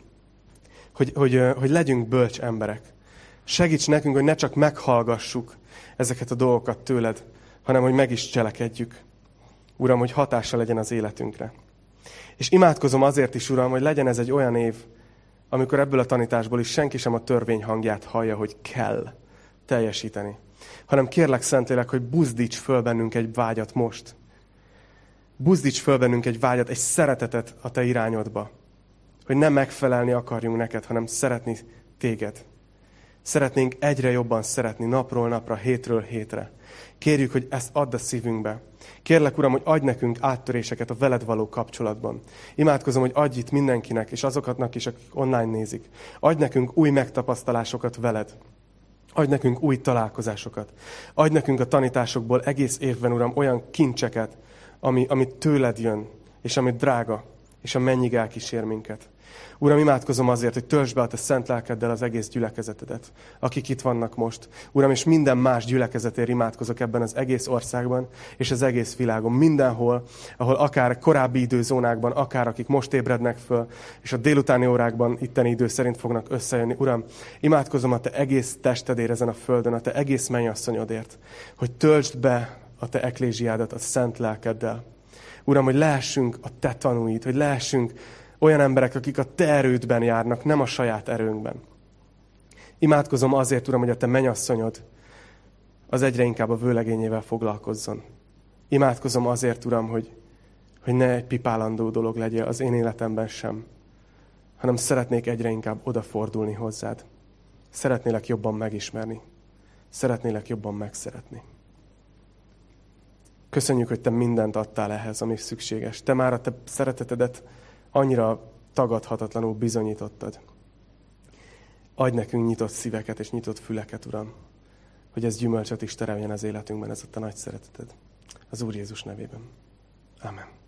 hogy legyünk bölcs emberek. Segíts nekünk, hogy ne csak meghallgassuk ezeket a dolgokat tőled, hanem hogy meg is cselekedjük. Uram, hogy hatással legyen az életünkre. És imádkozom azért is, Uram, hogy legyen ez egy olyan év, amikor ebből a tanításból is senki sem a törvény hangját hallja, hogy kell teljesíteni. Hanem kérlek, Szentlélek, hogy buzdíts föl bennünk egy vágyat most. Buzdíts föl bennünk egy vágyat, egy szeretetet a te irányodba. Hogy nem megfelelni akarjunk neked, hanem szeretni téged. Szeretnénk egyre jobban szeretni napról napra, hétről hétre. Kérjük, hogy ezt add a szívünkbe. Kérlek, Uram, hogy adj nekünk áttöréseket a veled való kapcsolatban. Imádkozom, hogy adj itt mindenkinek, és azokatnak is, akik online nézik. Adj nekünk új megtapasztalásokat veled. Adj nekünk új találkozásokat. Adj nekünk a tanításokból egész évben, Uram, olyan kincseket, ami tőled jön, és ami drága, és a mennyig elkísér minket. Uram, imádkozom azért, hogy töltsd be a te szent lelkeddel az egész gyülekezetedet, akik itt vannak most. Uram, és minden más gyülekezetért imádkozok ebben az egész országban, és az egész világon. Mindenhol, ahol akár korábbi időzónákban, akár akik most ébrednek föl, és a délutáni órákban itteni idő szerint fognak összejönni. Uram, imádkozom a te egész testedért ezen a földön, a te egész mennyasszonyodért, hogy töltsd be a te eklézsiádat a szent lelkeddel. Uram, hogy lehessünk a te tanúid, hogy lehessünk olyan emberek, akik a te erődben járnak, nem a saját erőnkben. Imádkozom azért, Uram, hogy a te mennyasszonyod az egyre inkább a vőlegényével foglalkozzon. Imádkozom azért, Uram, hogy ne egy pipálandó dolog legyen az én életemben sem, hanem szeretnék egyre inkább odafordulni hozzád. Szeretnélek jobban megismerni. Szeretnélek jobban megszeretni. Köszönjük, hogy te mindent adtál ehhez, ami szükséges. Te már a te szeretetedet annyira tagadhatatlanul bizonyítottad. Adj nekünk nyitott szíveket és nyitott füleket, Uram, hogy ez gyümölcsöt is tereljen az életünkben, ez a te nagy szereteted. Az Úr Jézus nevében. Amen.